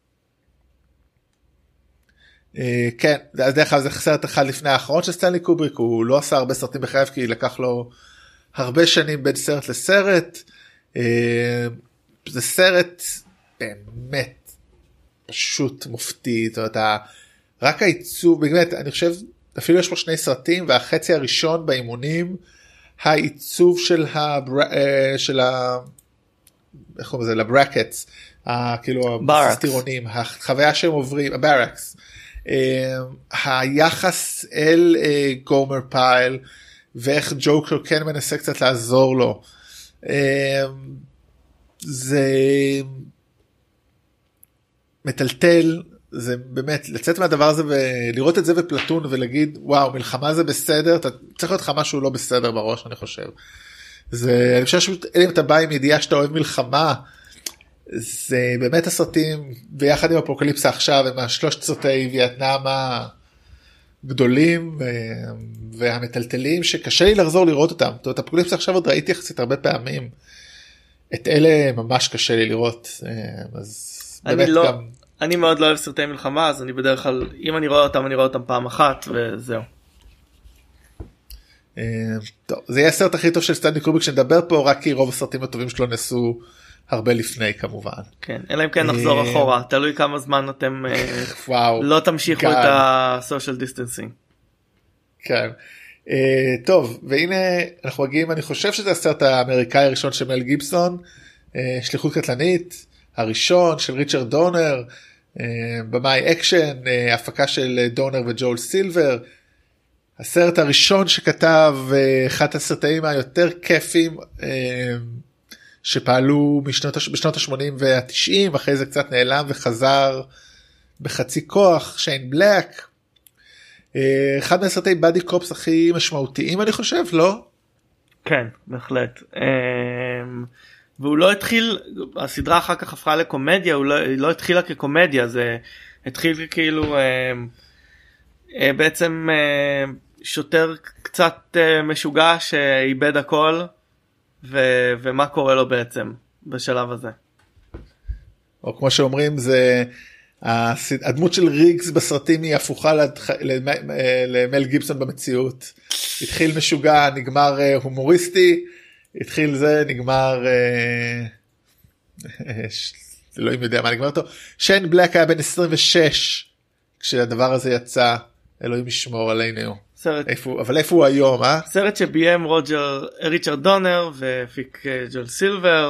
כן, אז דרך כלל זה סרט אחד לפני האחרון של סטנלי קובריק, הוא לא עשה הרבה סרטים בחייו, כי לקח לו הרבה שנים בין סרט לסרט. זה סרט באמת פשוט מופתי, זאת אומרת, רק העיצוב, באמת, אני חושב, אפילו יש פה שני סרטים, והחצי הראשון באימונים, העיצוב של איך קוראים לזה, לברקטס, כאילו הסטירונים, החוויה שהם עוברים, הברקס, היחס אל גומר פייל, ואיך ג'וקר כן מנסה קצת לעזור לו. זה מטלטל, זה באמת לצאת מהדבר הזה ולראות את זה בפלטון ולהגיד וואו מלחמה זה בסדר, אתה צריך להיות לך משהו לא בסדר בראש, אני חושב. אני חושב שאם אתה בא עם ידיעה שאתה אוהב מלחמה, זה באמת הסרטים ביחד עם אפוקליפסה עכשיו, עם השלושת סרטי וייטנאם הגדולים והמטלטלים שקשה לי לחזור לראות אותם. זאת אומרת, אפוקליפסה עכשיו עוד ראיתי יחסית הרבה פעמים, את אלה ממש קשה לי לראות, אז באמת גם... אני מאוד לא אוהב סרטי מלחמה, אז אני בדרך כלל, אם אני רואה אותם, אני רואה אותם פעם אחת, וזהו. טוב, זה יהיה הסרט הכי טוב של סטנלי קובריק שנדבר פה, רק כי רוב הסרטים הטובים שלו נעשו הרבה לפני כמובן. כן, אלא אם כן נחזור אחורה, תלוי כמה זמן אתם לא תמשיכו את ה-social distancing. כן. טוב, והנה אנחנו מגיעים, אני חושב שזה הסרט האמריקאי הראשון של מל גיבסון, שליחות קטלנית, הראשון של ריצ'רד דונר, במאי אקשן, הפקה של דונר וג'ול סילבר, הסרט הראשון שכתב אחד הסרטאים היותר כיפים שפעלו בשנות ה-80 וה-90, אחרי זה קצת נעלם וחזר בחצי כוח, שיין בלק, אחד מהסרטי בדי קופס הכי משמעותיים אני חושב, לא? כן, בהחלט. והוא לא התחיל, הסדרה אחר כך הפכה לקומדיה, היא לא התחילה כקומדיה, זה התחיל כאילו בעצם שוטר קצת משוגע שאיבד הכל, ומה קורה לו בעצם בשלב הזה. או כמו שאומרים, זה הדמות של ריגס בסרטים היא הפוכה למל גיבסון במציאות. התחיל משוגע, נגמר הומוריסטי, התחיל זה, נגמר אלוהים יודע מה נגמר אותו. שיין בלק היה בן 26 כשהדבר הזה יצא, אלוהים ישמור עלינו. אבל איפה הוא היום, סרט שביים ריצ'רד דונר ופיק ג'ול סילבר,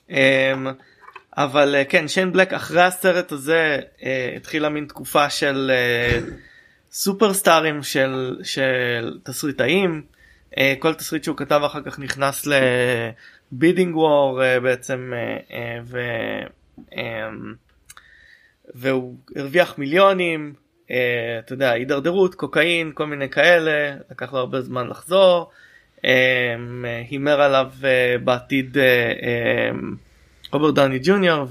אבל כן, שיין בלק אחרי הסרט הזה התחילה מין תקופה של סופרסטארים של תסריטאים, כל תסריט שהוא כתב אחר כך נכנס לבידינג וור בעצם, והוא הרוויח מיליונים, אתה יודע, הידרדרות, קוקאין, כל מיני כאלה, לקח לו הרבה זמן לחזור, הימר עליו בעתיד רוברט דאוני ג'וניור,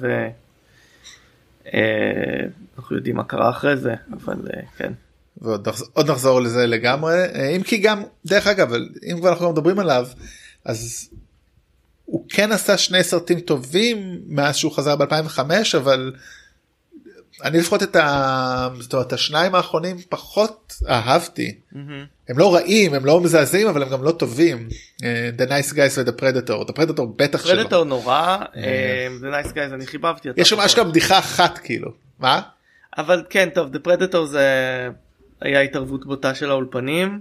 ואנחנו יודעים מה קרה אחרי זה, אבל כן. ועוד נחזור לזה לגמרי, אם כי גם, דרך אגב, אם כבר אנחנו מדברים עליו, אז הוא כן עשה שני סרטים טובים מאז שהוא חזר ב-2005, אבל אני לפחות את השניים האחרונים פחות אהבתי. הם לא רעים, הם לא מזעזעים, אבל הם גם לא טובים. The Nice Guys ו-The Predator. The Predator בטח שלא. Predator נורא, The Nice Guys אני חיבבתי אותה. יש שם אשכרה בדיחה אחת כאילו. מה? אבל כן, טוב, The Predator זה היה התערבות בוטה של האולפנים.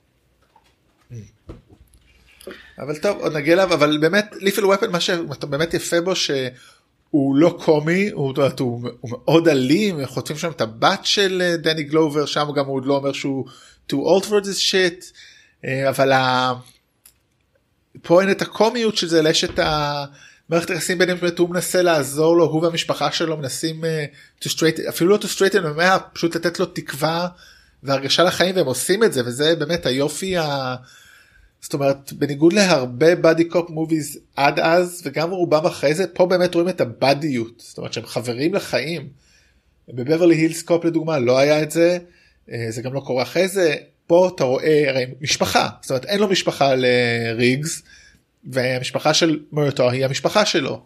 אבל טוב, עוד נגיע אליו, אבל באמת, Lethal Weapon, מה שבאמת יפה בו הוא לא קומי, הוא מאוד אלים, חוטפים שם את הבת של דני גלובר, שם גם הוא עוד לא אומר שהוא too old for this shit, אבל פה אין את הקומיות של זה, יש את המערכת היחסים ביניהם, הוא מנסה לעזור לו, הוא והמשפחה שלו מנסים אפילו לא to straighten, פשוט לתת לו תקווה והרגשה לחיים, והם עושים את זה, וזה באמת היופי זאת אומרת, בניגוד להרבה בדי קופ מוביז עד אז, וגם רובם אחרי זה, פה באמת רואים את הבדיות, זאת אומרת שהם חברים לחיים. בבברלי הילס קופ לדוגמה לא היה את זה, זה גם לא קורה אחרי זה, פה אתה רואה הרי משפחה, זאת אומרת אין לו משפחה לריגס, והמשפחה של מורטו היא המשפחה שלו,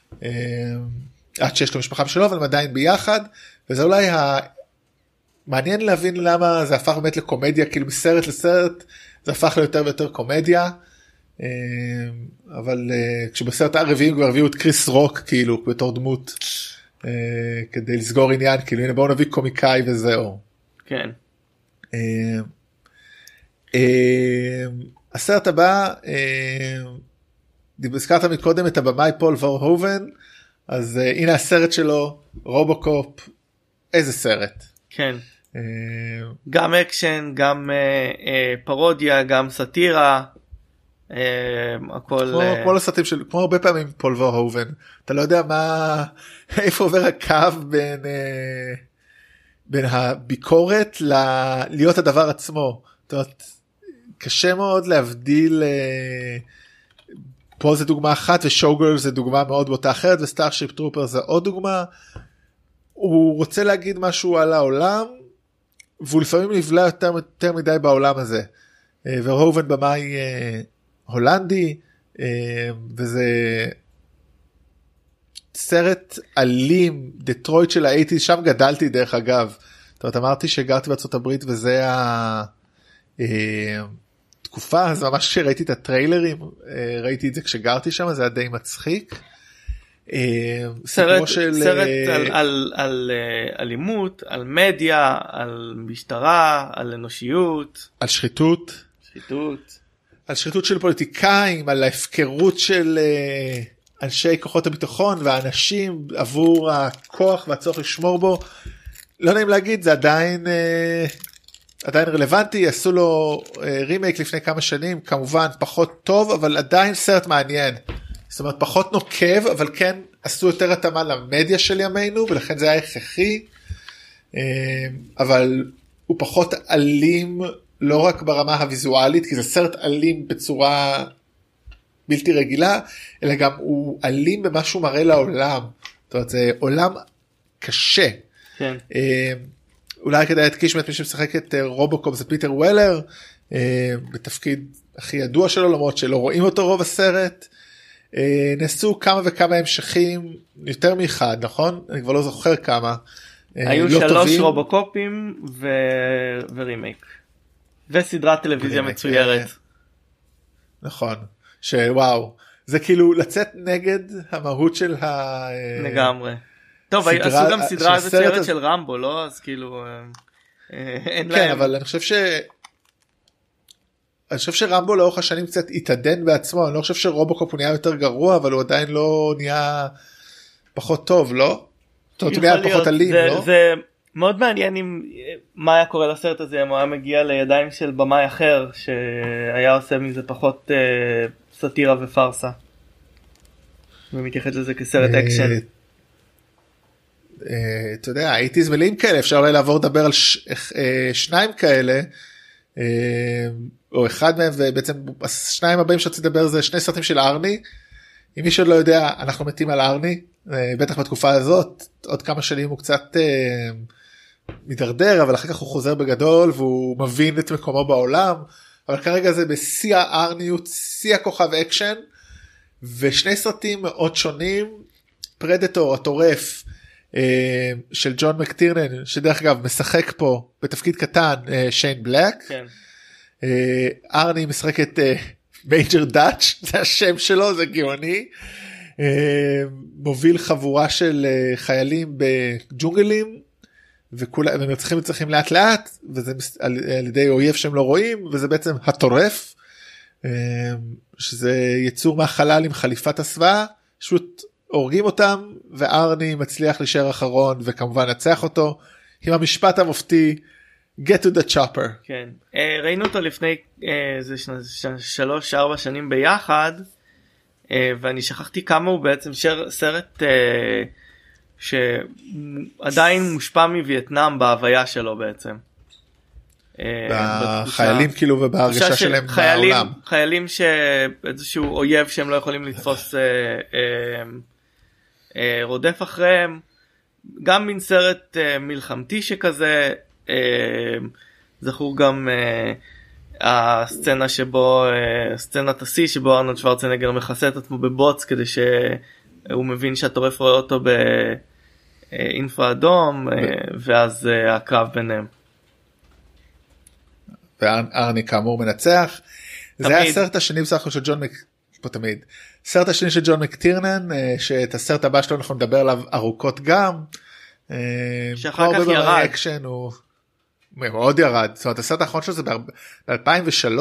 עד שיש לו משפחה שלו, אבל הם עדיין ביחד, וזה אולי מעניין להבין למה זה הפך באמת לקומדיה, כאילו מסרט לסרט, זה הפך ליותר ויותר קומדיה, אבל כשבסרט הרביעי כבר הביאו את קריס רוק כאילו בתור דמות, כדי לסגור עניין, כאילו הנה בואו נביא קומיקאי וזהו. כן. הסרט הבא, הזכרת מקודם את הבמאי פול ורהובן, אז הנה הסרט שלו, רובוקופ, איזה סרט. כן. גם אקשן, גם פרודיה, גם סאטירה, הכל כמו לסרטים של, כמו הרבה פעמים פול ורהובן, אתה לא יודע איפה עובר הקו בין הביקורת להיות הדבר עצמו. זאת אומרת, קשה מאוד להבדיל, פה זה דוגמה אחת ושואוגרל זה דוגמה מאוד באותה אחרת, וסטארשיפ טרופר זה עוד דוגמה. הוא רוצה להגיד משהו על העולם, והוא לפעמים נבלע יותר מדי בעולם הזה. ורהובן במאי הולנדי, וזה סרט אלים, דטרויט של ה-80, שם גדלתי דרך אגב. זאת אומרת, אמרתי שגרתי בארצות הברית, וזה התקופה, אז ממש כשראיתי את הטריילרים, ראיתי את זה כשגרתי שם, זה היה די מצחיק. סרט על אלימות, על מדיה, על משטרה, על אנושיות, על שחיתות, על שחיתות של פוליטיקאים, על ההפקרות של אנשי כוחות הביטחון והאנשים עבור הכוח והצורך לשמור בו. לא נעים להגיד, זה עדיין רלוונטי. עשו לו רימייק לפני כמה שנים, כמובן פחות טוב, אבל עדיין סרט מעניין. זאת אומרת, פחות נוקב, אבל כן עשו יותר התאמה למדיה של ימינו, ולכן זה היה הכרחי, אבל הוא פחות אלים, לא רק ברמה הוויזואלית, כי זה סרט אלים בצורה בלתי רגילה, אלא גם הוא אלים במה שהוא מראה לעולם. זאת אומרת, זה עולם קשה. כן. אולי כדאי להדגיש מי שמשחק את רובוקופ, זה פיטר וולר, בתפקיד הכי ידוע שלו, למרות שלא רואים אותו רוב הסרט. נעשו כמה וכמה המשכים, יותר מאחד, נכון? אני כבר לא זוכר כמה. היו לא 3 טובים. רובוקופים ורימייק. וסדרת טלוויזיה מצוירת. נכון. שוואו. זה כאילו לצאת נגד המהות של לגמרי. טוב, עשו גם סדרה מצוירת של רמבו, לא? אז כאילו... כן, אבל אני חושב אני חושב שרמבו לאורך השנים קצת התעדן בעצמו, אני לא חושב שרובוקופ הוא נהיה יותר גרוע, אבל הוא עדיין לא נהיה פחות טוב, לא? הוא נהיה פחות אלים, לא? זה מאוד מעניין מה היה קורה לסרט הזה, אם הוא היה מגיע לידיים של במאי אחר, שהיה עושה מזה פחות סאטירה ופרסה. ומתייחד לזה כסרט אקשן. אתה יודע, הייתי זמלים כאלה, אפשר אולי לעבור לדבר על שניים כאלה, או אחד מהם, ובעצם השניים הבאים שרציתי לדבר זה שני סרטים של ארני. אם מישהו לא יודע, אנחנו מתים על ארני, בטח בתקופה הזאת, עוד כמה שנים הוא קצת מתדרדר, אבל אחר כך הוא חוזר בגדול, והוא מבין את מקומו בעולם, אבל כרגע זה בשיא הארניות, שיא הכוכב אקשן, ושני סרטים מאוד שונים, פרדטור, הטורף, של ג'ון מקטירנן, שדרך אגב משחק פה בתפקיד קטן, שיין בלק. כן. ארני משחק את מייג'ר דאץ', זה השם שלו, זה גאוני. מוביל חבורה של חיילים בג'ונגלים, והם צריכים לאט לאט, וזה על ידי אויב שהם לא רואים, וזה בעצם הטורף, שזה יצור מהחלל עם חליפת הסוואה, פשוט הורגים אותם, וארני מצליח להישאר אחרון, וכמובן נצח אותו, עם המשפט המופתי, get to the chopper. כן, ראינו אותו לפני 3-4 שנים ביחד, ואני שכחתי כמה הוא בעצם סרט שעדיין מושפע מווייטנאם בהוויה שלו בעצם. בחיילים כאילו ובהרגשה שלהם בעולם. חיילים שאיזשהו אויב שהם לא יכולים לתפוס רודף אחריהם, גם מין סרט מלחמתי שכזה. זכור גם הסצנה שבו, סצנת השיא שבו ארנולד שוורצנגר מכסה את עצמו בבוץ כדי שהוא מבין שהטורף רואה אותו באינפרה אדום, ואז הקרב ביניהם. וארני כאמור מנצח. זה היה הסרט השני בסך של ג'ון הסרט השני של ג'ון מקטירנן, שאת הסרט הבא שלו אנחנו נדבר עליו ארוכות גם, שאחר כך ירד. הוא מאוד ירד. זאת אומרת, הסרט האחרון שלו זה ב-2003,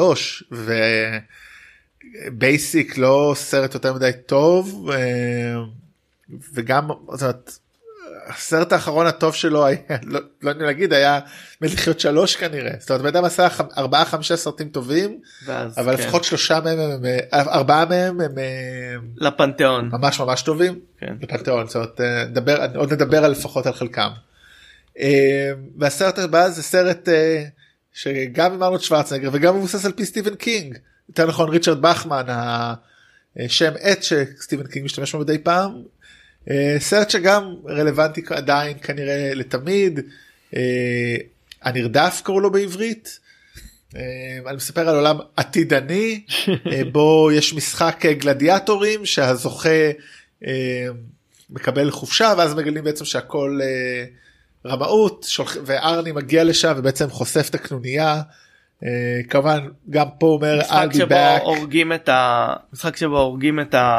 ובייסיק לא סרט יותר מדי טוב, וגם, זאת אומרת, הסרט האחרון הטוב שלו היה, לא אני להגיד, היה מלחיות 3 כנראה. זאת אומרת, בן אדם עשה 4-5 סרטים טובים, אבל לפחות 4 מהם הם לפנתיאון. ממש ממש טובים. לפנתיאון, זאת אומרת, עוד נדבר לפחות על חלקם. והסרט הבא זה סרט שגם עם ארנולד שוורצנגר, וגם מבוסס על פי סטיבן קינג. יותר נכון, ריצ'רד בחמן, השם עט שסטיבן קינג משתמש בו מדי פעם. סרט שגם רלוונטי עדיין כנראה לתמיד, הנרדף קראו לו בעברית. אני מספר על עולם עתידני, בו יש משחק גלדיאטורים שהזוכה מקבל חופשה, ואז מגלים בעצם שהכל רמאות, וארני מגיע לשם ובעצם חושף את הקנוניה. כמובן גם פה אומר משחק שבו הורגים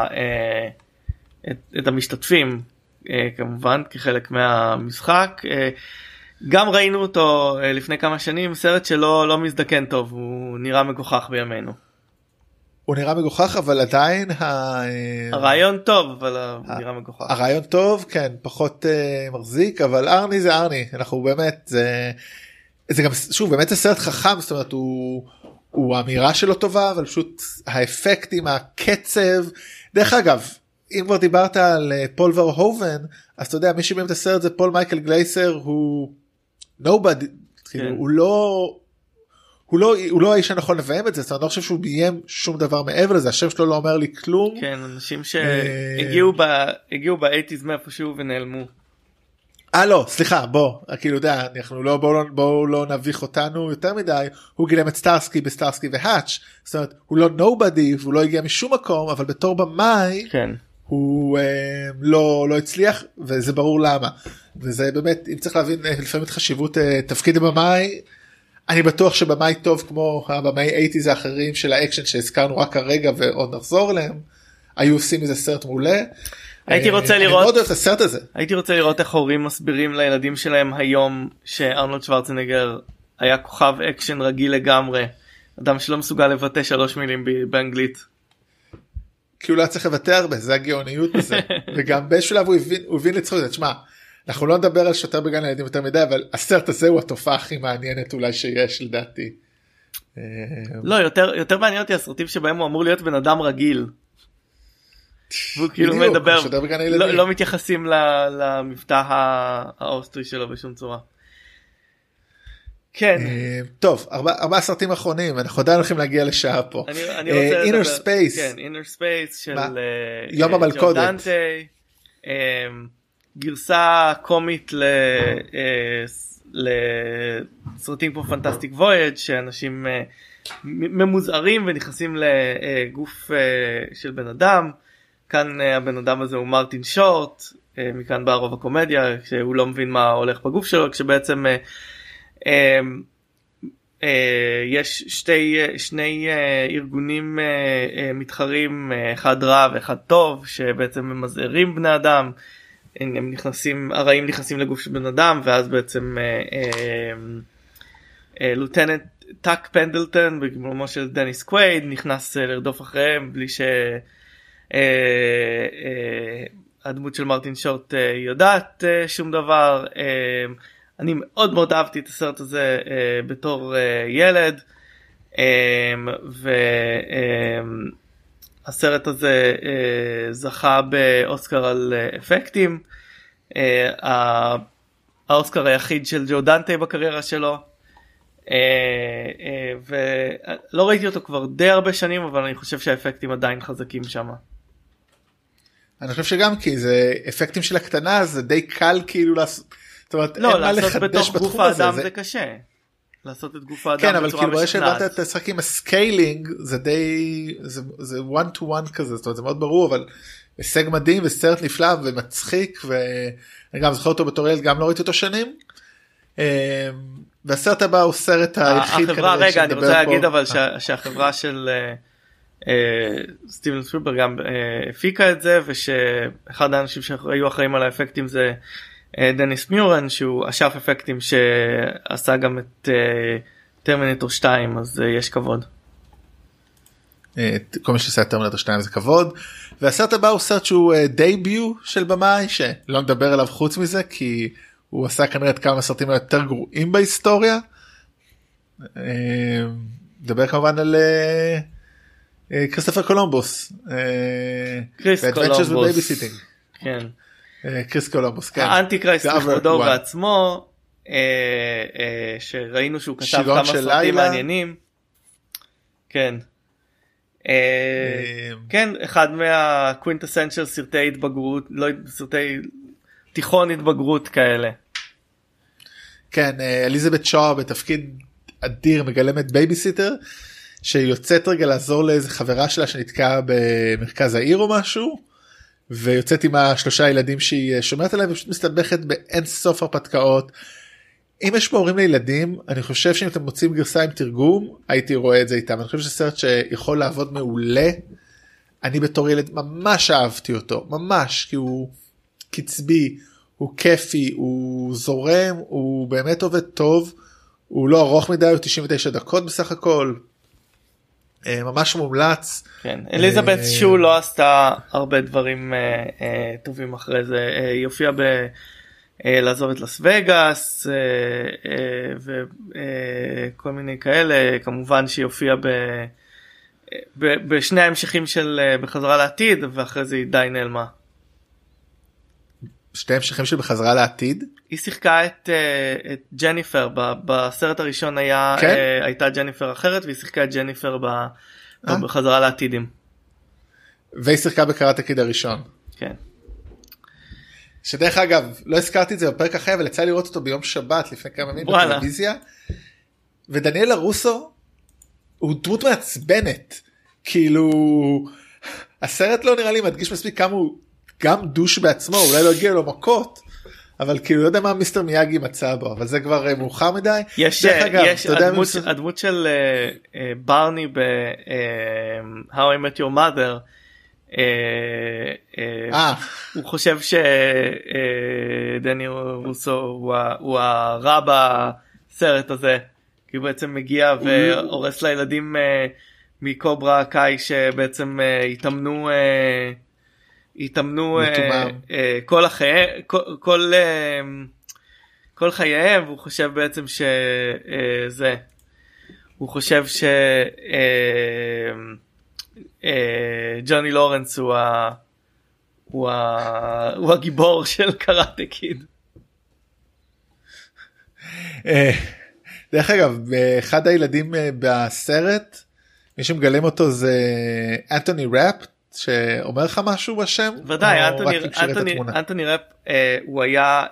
את המשתתפים, כמובן כחלק מהמשחק. גם ראינו אותו לפני כמה שנים, סרט שלא לא מזדקן טוב, הוא נראה מגוחך בימינו. הוא נראה מגוחך, אבל עדיין הרעיון טוב, אבל נראה מגוחך. הרעיון טוב, כן, פחות מחזיק, אבל ארני זה ארני, אנחנו באמת, זה גם, שוב, באמת זה סרט חכם, זאת אומרת, הוא האמירה שלו טובה, אבל פשוט האפקטים, הקצב, דרך אגב, אם כבר דיברת על פול ורהובן, אז אתה יודע, מי שביים את הסרט זה פול מייקל גלייסר, הוא nobody, הוא לא האיש הנכון לביים את זה, זאת אומרת, אני לא חושב שהוא ביים שום דבר מעבר לזה, השם שלו לא אומר לי כלום. כן, אנשים שהגיעו ב-80s מאיפשהו ונעלמו. לא, סליחה, כאילו יודע, בואו לא נביך אותנו יותר מדי, הוא גילם את סטארסקי בסטארסקי והאץ', זאת אומרת, הוא לא nobody, והוא לא הגיע משום מקום, אבל בתור במאי, הוא לא הצליח, וזה ברור למה. וזה באמת, אם צריך להבין לפעמים את חשיבות תפקיד במאי, אני בטוח שבמאי טוב כמו הבמאי 80s האחרים של האקשן שהזכרנו רק הרגע ועוד נחזור אליהם, היו עושים איזה סרט מעולה. הייתי רוצה לראות, אני מאוד אוהב את הסרט הזה. הייתי רוצה לראות איך הורים מסבירים לילדים שלהם היום שארנולד שוורצנגר היה כוכב אקשן רגיל לגמרי, אדם שלא מסוגל לבטא 3 מילים באנגלית. כי הוא לא צריך לבטא הרבה, זה הגאוניות בזה. וגם בשלב הוא הבין לצחוק, תשמע, אנחנו לא נדבר על שוטר בגן הילדים יותר מדי, אבל הסרט הזה הוא התופעה הכי מעניינת אולי שיש לדעתי. לא, יותר מעניין אותי הסרטים שבהם הוא אמור להיות בן אדם רגיל. והוא כאילו מדבר, לא מתייחסים למבטא האוסטרי שלו בשום צורה. כן. טוב, 4 סרטים אחרונים, אנחנו עדיין הולכים להגיע לשעה פה. Inner Space. כן, Inner Space של יום המלכודת. גרסה קומית לסרטים כמו פנטסטיק וויג' שאנשים ממוזערים ונכנסים לגוף של בן אדם. כאן הבן אדם הזה הוא מרטין שורט, מכאן בא רוב הקומדיה, שהוא לא מבין מה הולך בגוף שלו, כשבעצם יש שני ארגונים מתחרים, אחד רע ואחד טוב, שבעצם ממזערים בני אדם, הם נכנסים, הרעים נכנסים לגוף של בן אדם, ואז בעצם לוטננט טאק פנדלטון, בגמלומו של דניס קווייד, נכנס לרדוף אחריהם, בלי שהדמות של מרטין שורט יודעת שום דבר. אני מאוד מאוד אהבתי את הסרט הזה בתור ילד, והסרט הזה זכה באוסקר על אפקטים, האוסקר היחיד של ג'ו דנטה בקריירה שלו, ולא ראיתי אותו כבר די הרבה שנים, אבל אני חושב שהאפקטים עדיין חזקים שם. אני חושב שגם כי זה אפקטים של הקטנה, זה די קל כאילו לעשות, לא, לעשות בתוך גוף האדם זה קשה. לעשות את גוף האדם כן, אבל בצורה כאילו משכנעת. שבאת את השחק עם הסקיילינג, זה די, זה one to one כזה, זאת אומרת, זה מאוד ברור, אבל הישג מדהים וסרט נפלא ומצחיק, ואני גם זוכר אותו בתור ילד, גם לא ראיתי אותו שנים. והסרט הבא הוא סרט היחיד החברה, רגע, אני רוצה להגיד אבל שהחברה של סטיבן ספילברג גם הפיקה את זה, ושאחד האנשים שהיו אחראים על האפקטים זה דניס מיורן, שהוא אשף אפקטים שעשה גם את טרמינטור 2, אז יש כבוד. כל מי שעשה את טרמינטור 2 זה כבוד. והסרט הבא הוא סרט שהוא דייביו של במאי, שלא נדבר עליו חוץ מזה, כי הוא עשה כנראה את כמה סרטים היותר גרועים בהיסטוריה. נדבר כמובן על כריסטופר קולומבוס. קריס קולומבוס. ובייביסיטינג. כן. קריס קולומבוס, כן. האנטי קרייסט לכבודו בעצמו, שראינו שהוא כתב כמה סרטים מעניינים. כן. כן, אחד מהקווינטסנציאל סרטי התבגרות, לא סרטי תיכון התבגרות כאלה. כן, אליזבת שואו בתפקיד אדיר מגלמת בייביסיטר, שיוצאת רגע לעזור לאיזה חברה שלה שנתקעה במרכז העיר או משהו, ויוצאת עם 3 ילדים שהיא שומרת עליהם, ופשוט מסתבכת באין סוף הרפתקאות. אם יש פה הורים לילדים, אני חושב שאם אתם מוצאים גרסה עם תרגום, הייתי רואה את זה איתם. אני חושב שזה סרט שיכול לעבוד מעולה. אני בתור ילד ממש אהבתי אותו, ממש, כי הוא קצבי, הוא כיפי, הוא זורם, הוא באמת עובד טוב, הוא לא ארוך מדי, הוא 99 דקות בסך הכל. ממש מומלץ. כן, אליזבת שו לא עשתה הרבה דברים טובים אחרי זה, היא הופיעה לעזוב את לס וגאס וכל מיני כאלה, כמובן שהיא הופיעה בשני ההמשכים של בחזרה לעתיד, ואחרי זה היא די נעלמה. שני המשכים של בחזרה לעתיד? היא שיחקה את ג'ניפר, בסרט הראשון הייתה ג'ניפר אחרת, והיא שיחקה את ג'ניפר בחזרה לעתידים. והיא שיחקה בקראטה קיד הראשון. כן. שדרך אגב, לא הזכרתי את זה בפרק אחר, אבל יצא לראות אותו ביום שבת לפני כמה ימים בטלוויזיה, ודניאל הרוסו הוא דמות מעצבנת, כאילו הסרט לא נראה לי מדגיש מספיק כמה הוא גם דוש בעצמו, אולי לא הגיע לו מכות, אבל כאילו לא יודע מה מיסטר מיאגי מצא בו, אבל זה כבר מאוחר מדי. יש הדמות של ברני ב-How I Met Your Mother, הוא חושב שדני רוסו הוא הרע בסרט הזה, כי הוא בעצם מגיע והורס לילדים מקוברה קאי שבעצם התאמנו כל חייהם, והוא חושב בעצם שזה, הוא חושב ג'וני לורנס הוא הגיבור של קראטה קיד. דרך אגב, אחד הילדים בסרט, מי שמגלם אותו זה אנטוני ראפ, שאומר לך משהו בשם? ודאי, אנטוני ראפ הוא היה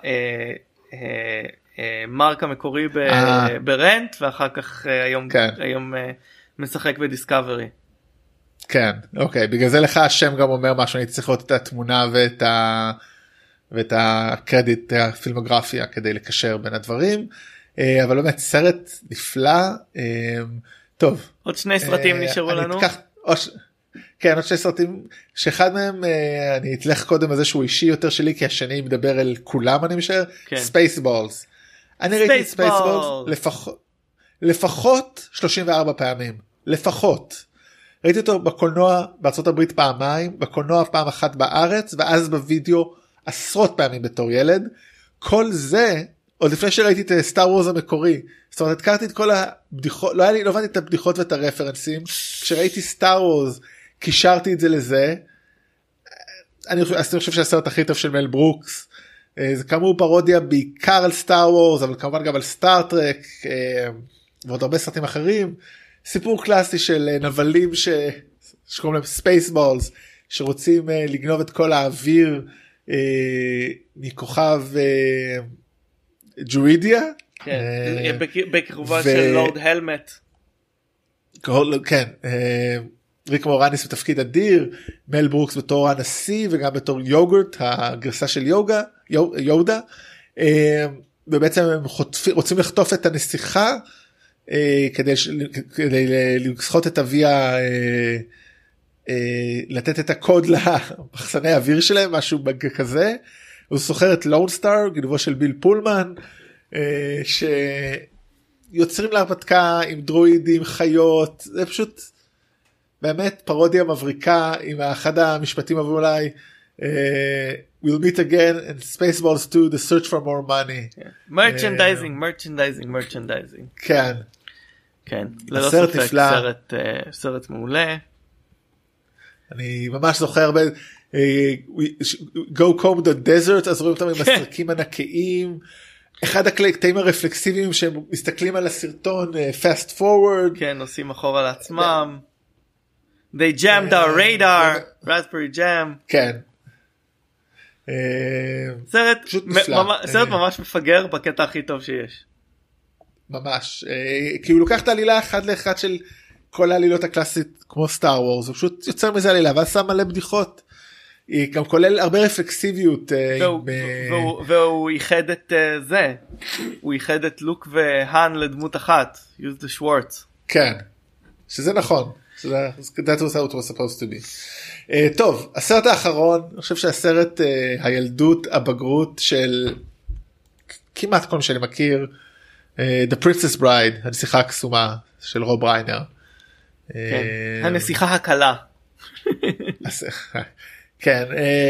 מרק המקורי ברנט, ואחר כך היום משחק בדיסקאברי. כן, אוקיי, בגלל זה לך השם גם אומר משהו, אני צריך לראות את התמונה ואת הקרדיט, הפילמוגרפיה, כדי לקשר בין הדברים, אבל באמת סרט נפלא. טוב. עוד שני סרטים נשארו לנו. כן, עוד שני סרטים, שאחד מהם אני אתלך קודם על זה שהוא אישי יותר שלי, כי השני מדבר אל כולם, אני משער, ספייסבולס. אני ראיתי את ספייסבולס לפחות 34 פעמים, לפחות. ראיתי אותו בקולנוע בארצות הברית פעמיים, בקולנוע פעם אחת בארץ, ואז בווידאו עשרות פעמים בתור ילד. כל זה, עוד לפני שראיתי את סטאר וורס המקורי, זאת אומרת, התקרתי את כל הבדיחות, לא הבנתי את הבדיחות ואת הרפרנסים, כשראיתי סטאר וורס, קישרתי את זה לזה. אני חושב שהסרט הכי טוב של מל ברוקס, זה כאמור פרודיה בעיקר על סטאר וורס, אבל כמובן גם על סטאר טרק, ועוד הרבה סרטים אחרים. סיפור קלאסי של נבלים שקוראים להם ספייסבולס, שרוצים לגנוב את כל האוויר מכוכב ג'ורידיה. כן, בקרובה של לורד הלמט. כן, ריק מורניס בתפקיד אדיר, מל ברוקס בתור הנשיא וגם בתור יוגורט, הגרסה של יודה, ובעצם הם רוצים לחטוף את הנסיכה, כדי לסחוט את אביה, לתת את הקוד למחסני האוויר שלהם, משהו כזה. הוא סוחר את לון סטאר, גנבו של ביל פולמן, שיוצרים להרפתקה עם דרואידים, חיות, זה פשוט באמת פרודיה מבריקה, עם אחד המשפטים אולי, we'll meet again in Spaceballs 2, the search for more money. merchandising. כן. כן, ללא ספק, סרט מעולה. אני ממש זוכר הרבה, go comb the desert, אז רואים אותם עם הסרקים ענקיים, אחד הקטעים הרפלקסיביים שהם מסתכלים על הסרטון, fast forward. כן, נוסעים אחורה לעצמם. They jammed our radar, raspberry jam. כן. סרט ממש מפגר בקטע הכי טוב שיש. ממש, כי הוא לוקח את העלילה אחד לאחד של כל העלילות הקלאסית כמו סטאר וורס, הוא פשוט יוצר מזה עלילה ואז שם מלא בדיחות, גם כולל הרבה רפלקסיביות. והוא ייחד את זה, הוא ייחד את לוק והאן לדמות אחת, use the Schwartz. כן, שזה נכון, that was how it was supposed to be. טוב, הסרט האחרון, אני חושב שהסרט הילדות, הבגרות של כמעט כל מי שאני מכיר, The Princess Bride, הנסיכה הקסומה של רוב ריינר. הנסיכה הקלה. כן,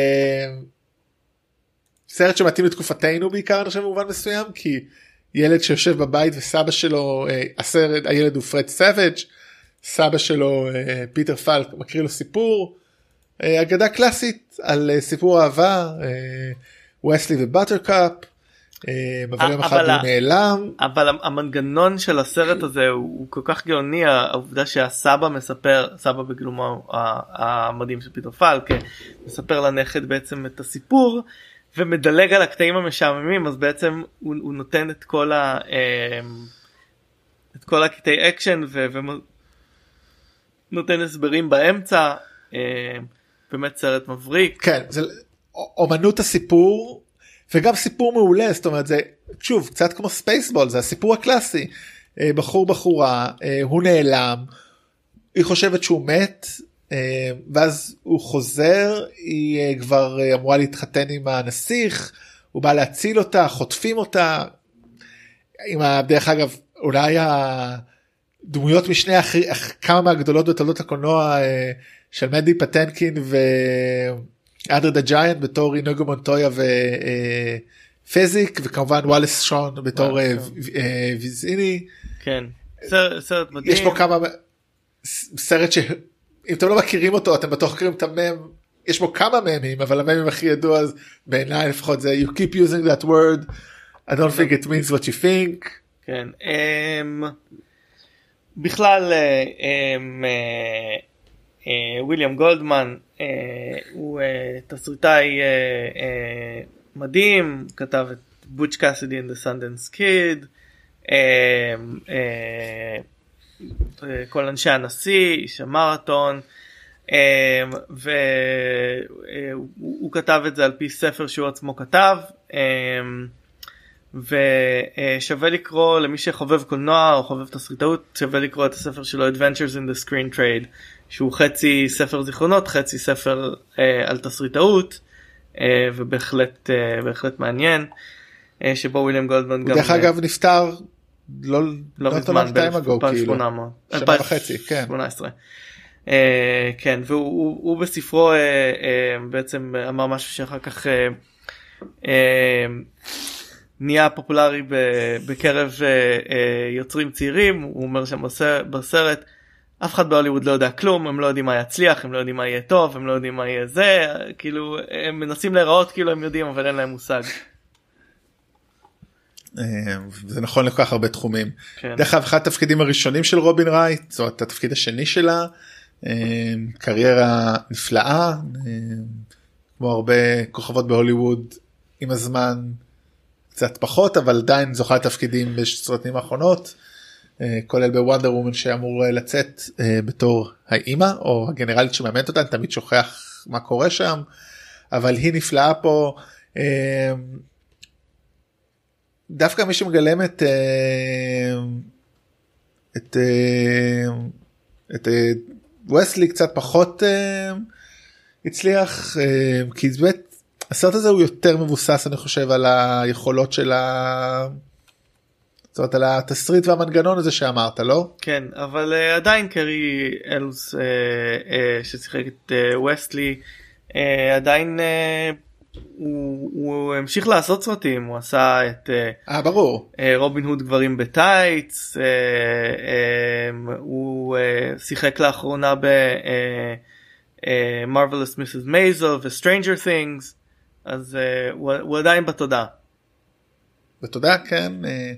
סרט שמתאים לתקופתנו בעיקר, אני חושב במובן מסוים, כי ילד שיושב בבית וסבא שלו, הילד הוא פרד סאביג', סבא שלו פיטר פלק מקריא לו סיפור, אגדה קלאסית על סיפור אהבה, וסלי ובטרקאפ, אבל יום אחד הוא נעלם. אבל המנגנון של הסרט הזה הוא כל כך גאוני, העובדה שהסבא מספר, סבא בגלומו המדהים של פיטר פלק, מספר לנכד בעצם את הסיפור, ומדלג על הקטעים המשעממים, אז בעצם הוא נותן את כל הקטעי אקשן, ונותן הסברים באמצע, באמת סרט מבריק. כן, זה אומנות הסיפור, וגם סיפור מעולה, זאת אומרת, זה, שוב, קצת כמו ספייסבול, זה הסיפור הקלאסי, בחורה, הוא נעלם, היא חושבת שהוא מת, ואז הוא חוזר, היא כבר אמורה להתחתן עם הנסיך, הוא בא להציל אותה, חוטפים אותה, דרך אגב, אולי הדמויות משנה כמה מהגדולות בתולדות הקולנוע של מנדי פטנקין ואנדרי דה ג'יינט בתור אינוגו מונטויה ופזיק, וכמובן וואלס שון בתור ויזיני. כן, סרט מדהים. יש פה כמה, סרט שאם אתם לא מכירים אותו אתם בטוח מכירים את המם, יש בו כמה ממים, אבל הממים הכי ידוע אז בעיניי לפחות זה you keep using that word, I don't think it means what you think. כן, בכלל וויליאם גולדמן הוא תסריטאי מדהים, כתב את בוטש קאסידי and the Sundance Kid, כל אנשי הנשיא, איש המרתון, והוא כתב את זה על פי ספר שהוא עצמו כתב, ושווה לקרוא למי שחובב קולנוע או חובב תסריטאות, שווה לקרוא את הספר שלו Adventures in the Screen Trade, שהוא חצי ספר זיכרונות, חצי ספר על תסריטאות, ובהחלט מעניין, שבו וויליאם גולדמן גם... דרך אגב נפטר לא מזמן, ב-2018, שנה וחצי, כן. כן, והוא בספרו בעצם אמר משהו שאחר כך נהיה פופולרי בקרב יוצרים צעירים. הוא אומר שם בסרט, אף אחד בהוליווד לא יודע כלום, הם לא יודעים מה יצליח, הם לא יודעים מה יהיה טוב, הם לא יודעים מה יהיה זה, כאילו הם מנסים להיראות כאילו הם יודעים אבל אין להם מושג. זה נכון לכל כך הרבה תחומים. דרך אגב, אחד התפקידים הראשונים של רובין רייט, זאת התפקיד השני שלה, קריירה נפלאה, כמו הרבה כוכבות בהוליווד עם הזמן קצת פחות, אבל עדיין זוכה לתפקידים בסרטים האחרונות, כולל בוונדר וומן שאמור לצאת בתור האימא או הגנרלית שמאמנת אותה, אני תמיד שוכח מה קורה שם, אבל היא נפלאה פה. דווקא מי שמגלם את וסלי קצת פחות הצליח, כי באמת הסרט הזה הוא יותר מבוסס אני חושב על היכולות של זאת אומרת על התסריט והמנגנון הזה שאמרת, לא? כן, אבל עדיין קרי אלוס ששיחק את וסלי עדיין הוא המשיך לעשות סרטים, הוא עשה את ברור. רובין הוד גברים בטייץ, הוא שיחק לאחרונה ב-Marvelous Mrs. Maisel ו-Stranger Things, אז הוא עדיין בתודעה. בתודעה, כן.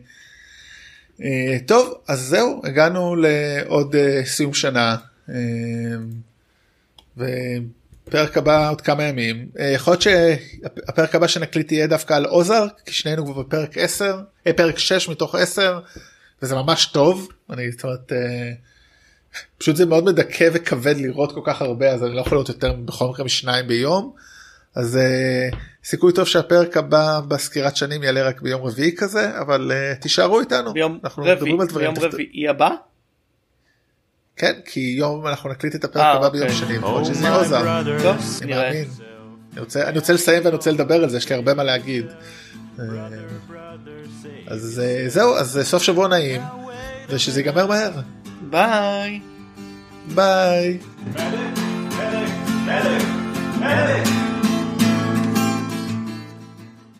טוב, אז זהו, הגענו לעוד סיום שנה, פרק הבא עוד כמה ימים. יכול להיות שהפרק הבא שנקליט יהיה דווקא על אוזארק, כי שנינו כבר בפרק 10, פרק 6 מתוך 10, וזה ממש טוב. אני זאת אומרת, פשוט זה מאוד מדכא וכבד לראות כל כך הרבה, אז אני לא יכול לראות יותר בכל מקרה משניים ביום. אז סיכוי טוב שהפרק הבא בסקירת שנים יעלה רק ביום רביעי כזה, אבל תישארו איתנו. ביום רביעי הבא? כן, כי יום אנחנו נקליט את הפרק הבא ביום שני, לפחות שזה עוזר. טוב, נראה. אני רוצה לסיים ואני רוצה לדבר על זה, יש לי הרבה מה להגיד. אז זהו, אז סוף שבוע נעים, ושזה ייגמר מהר. ביי. ביי. Medic!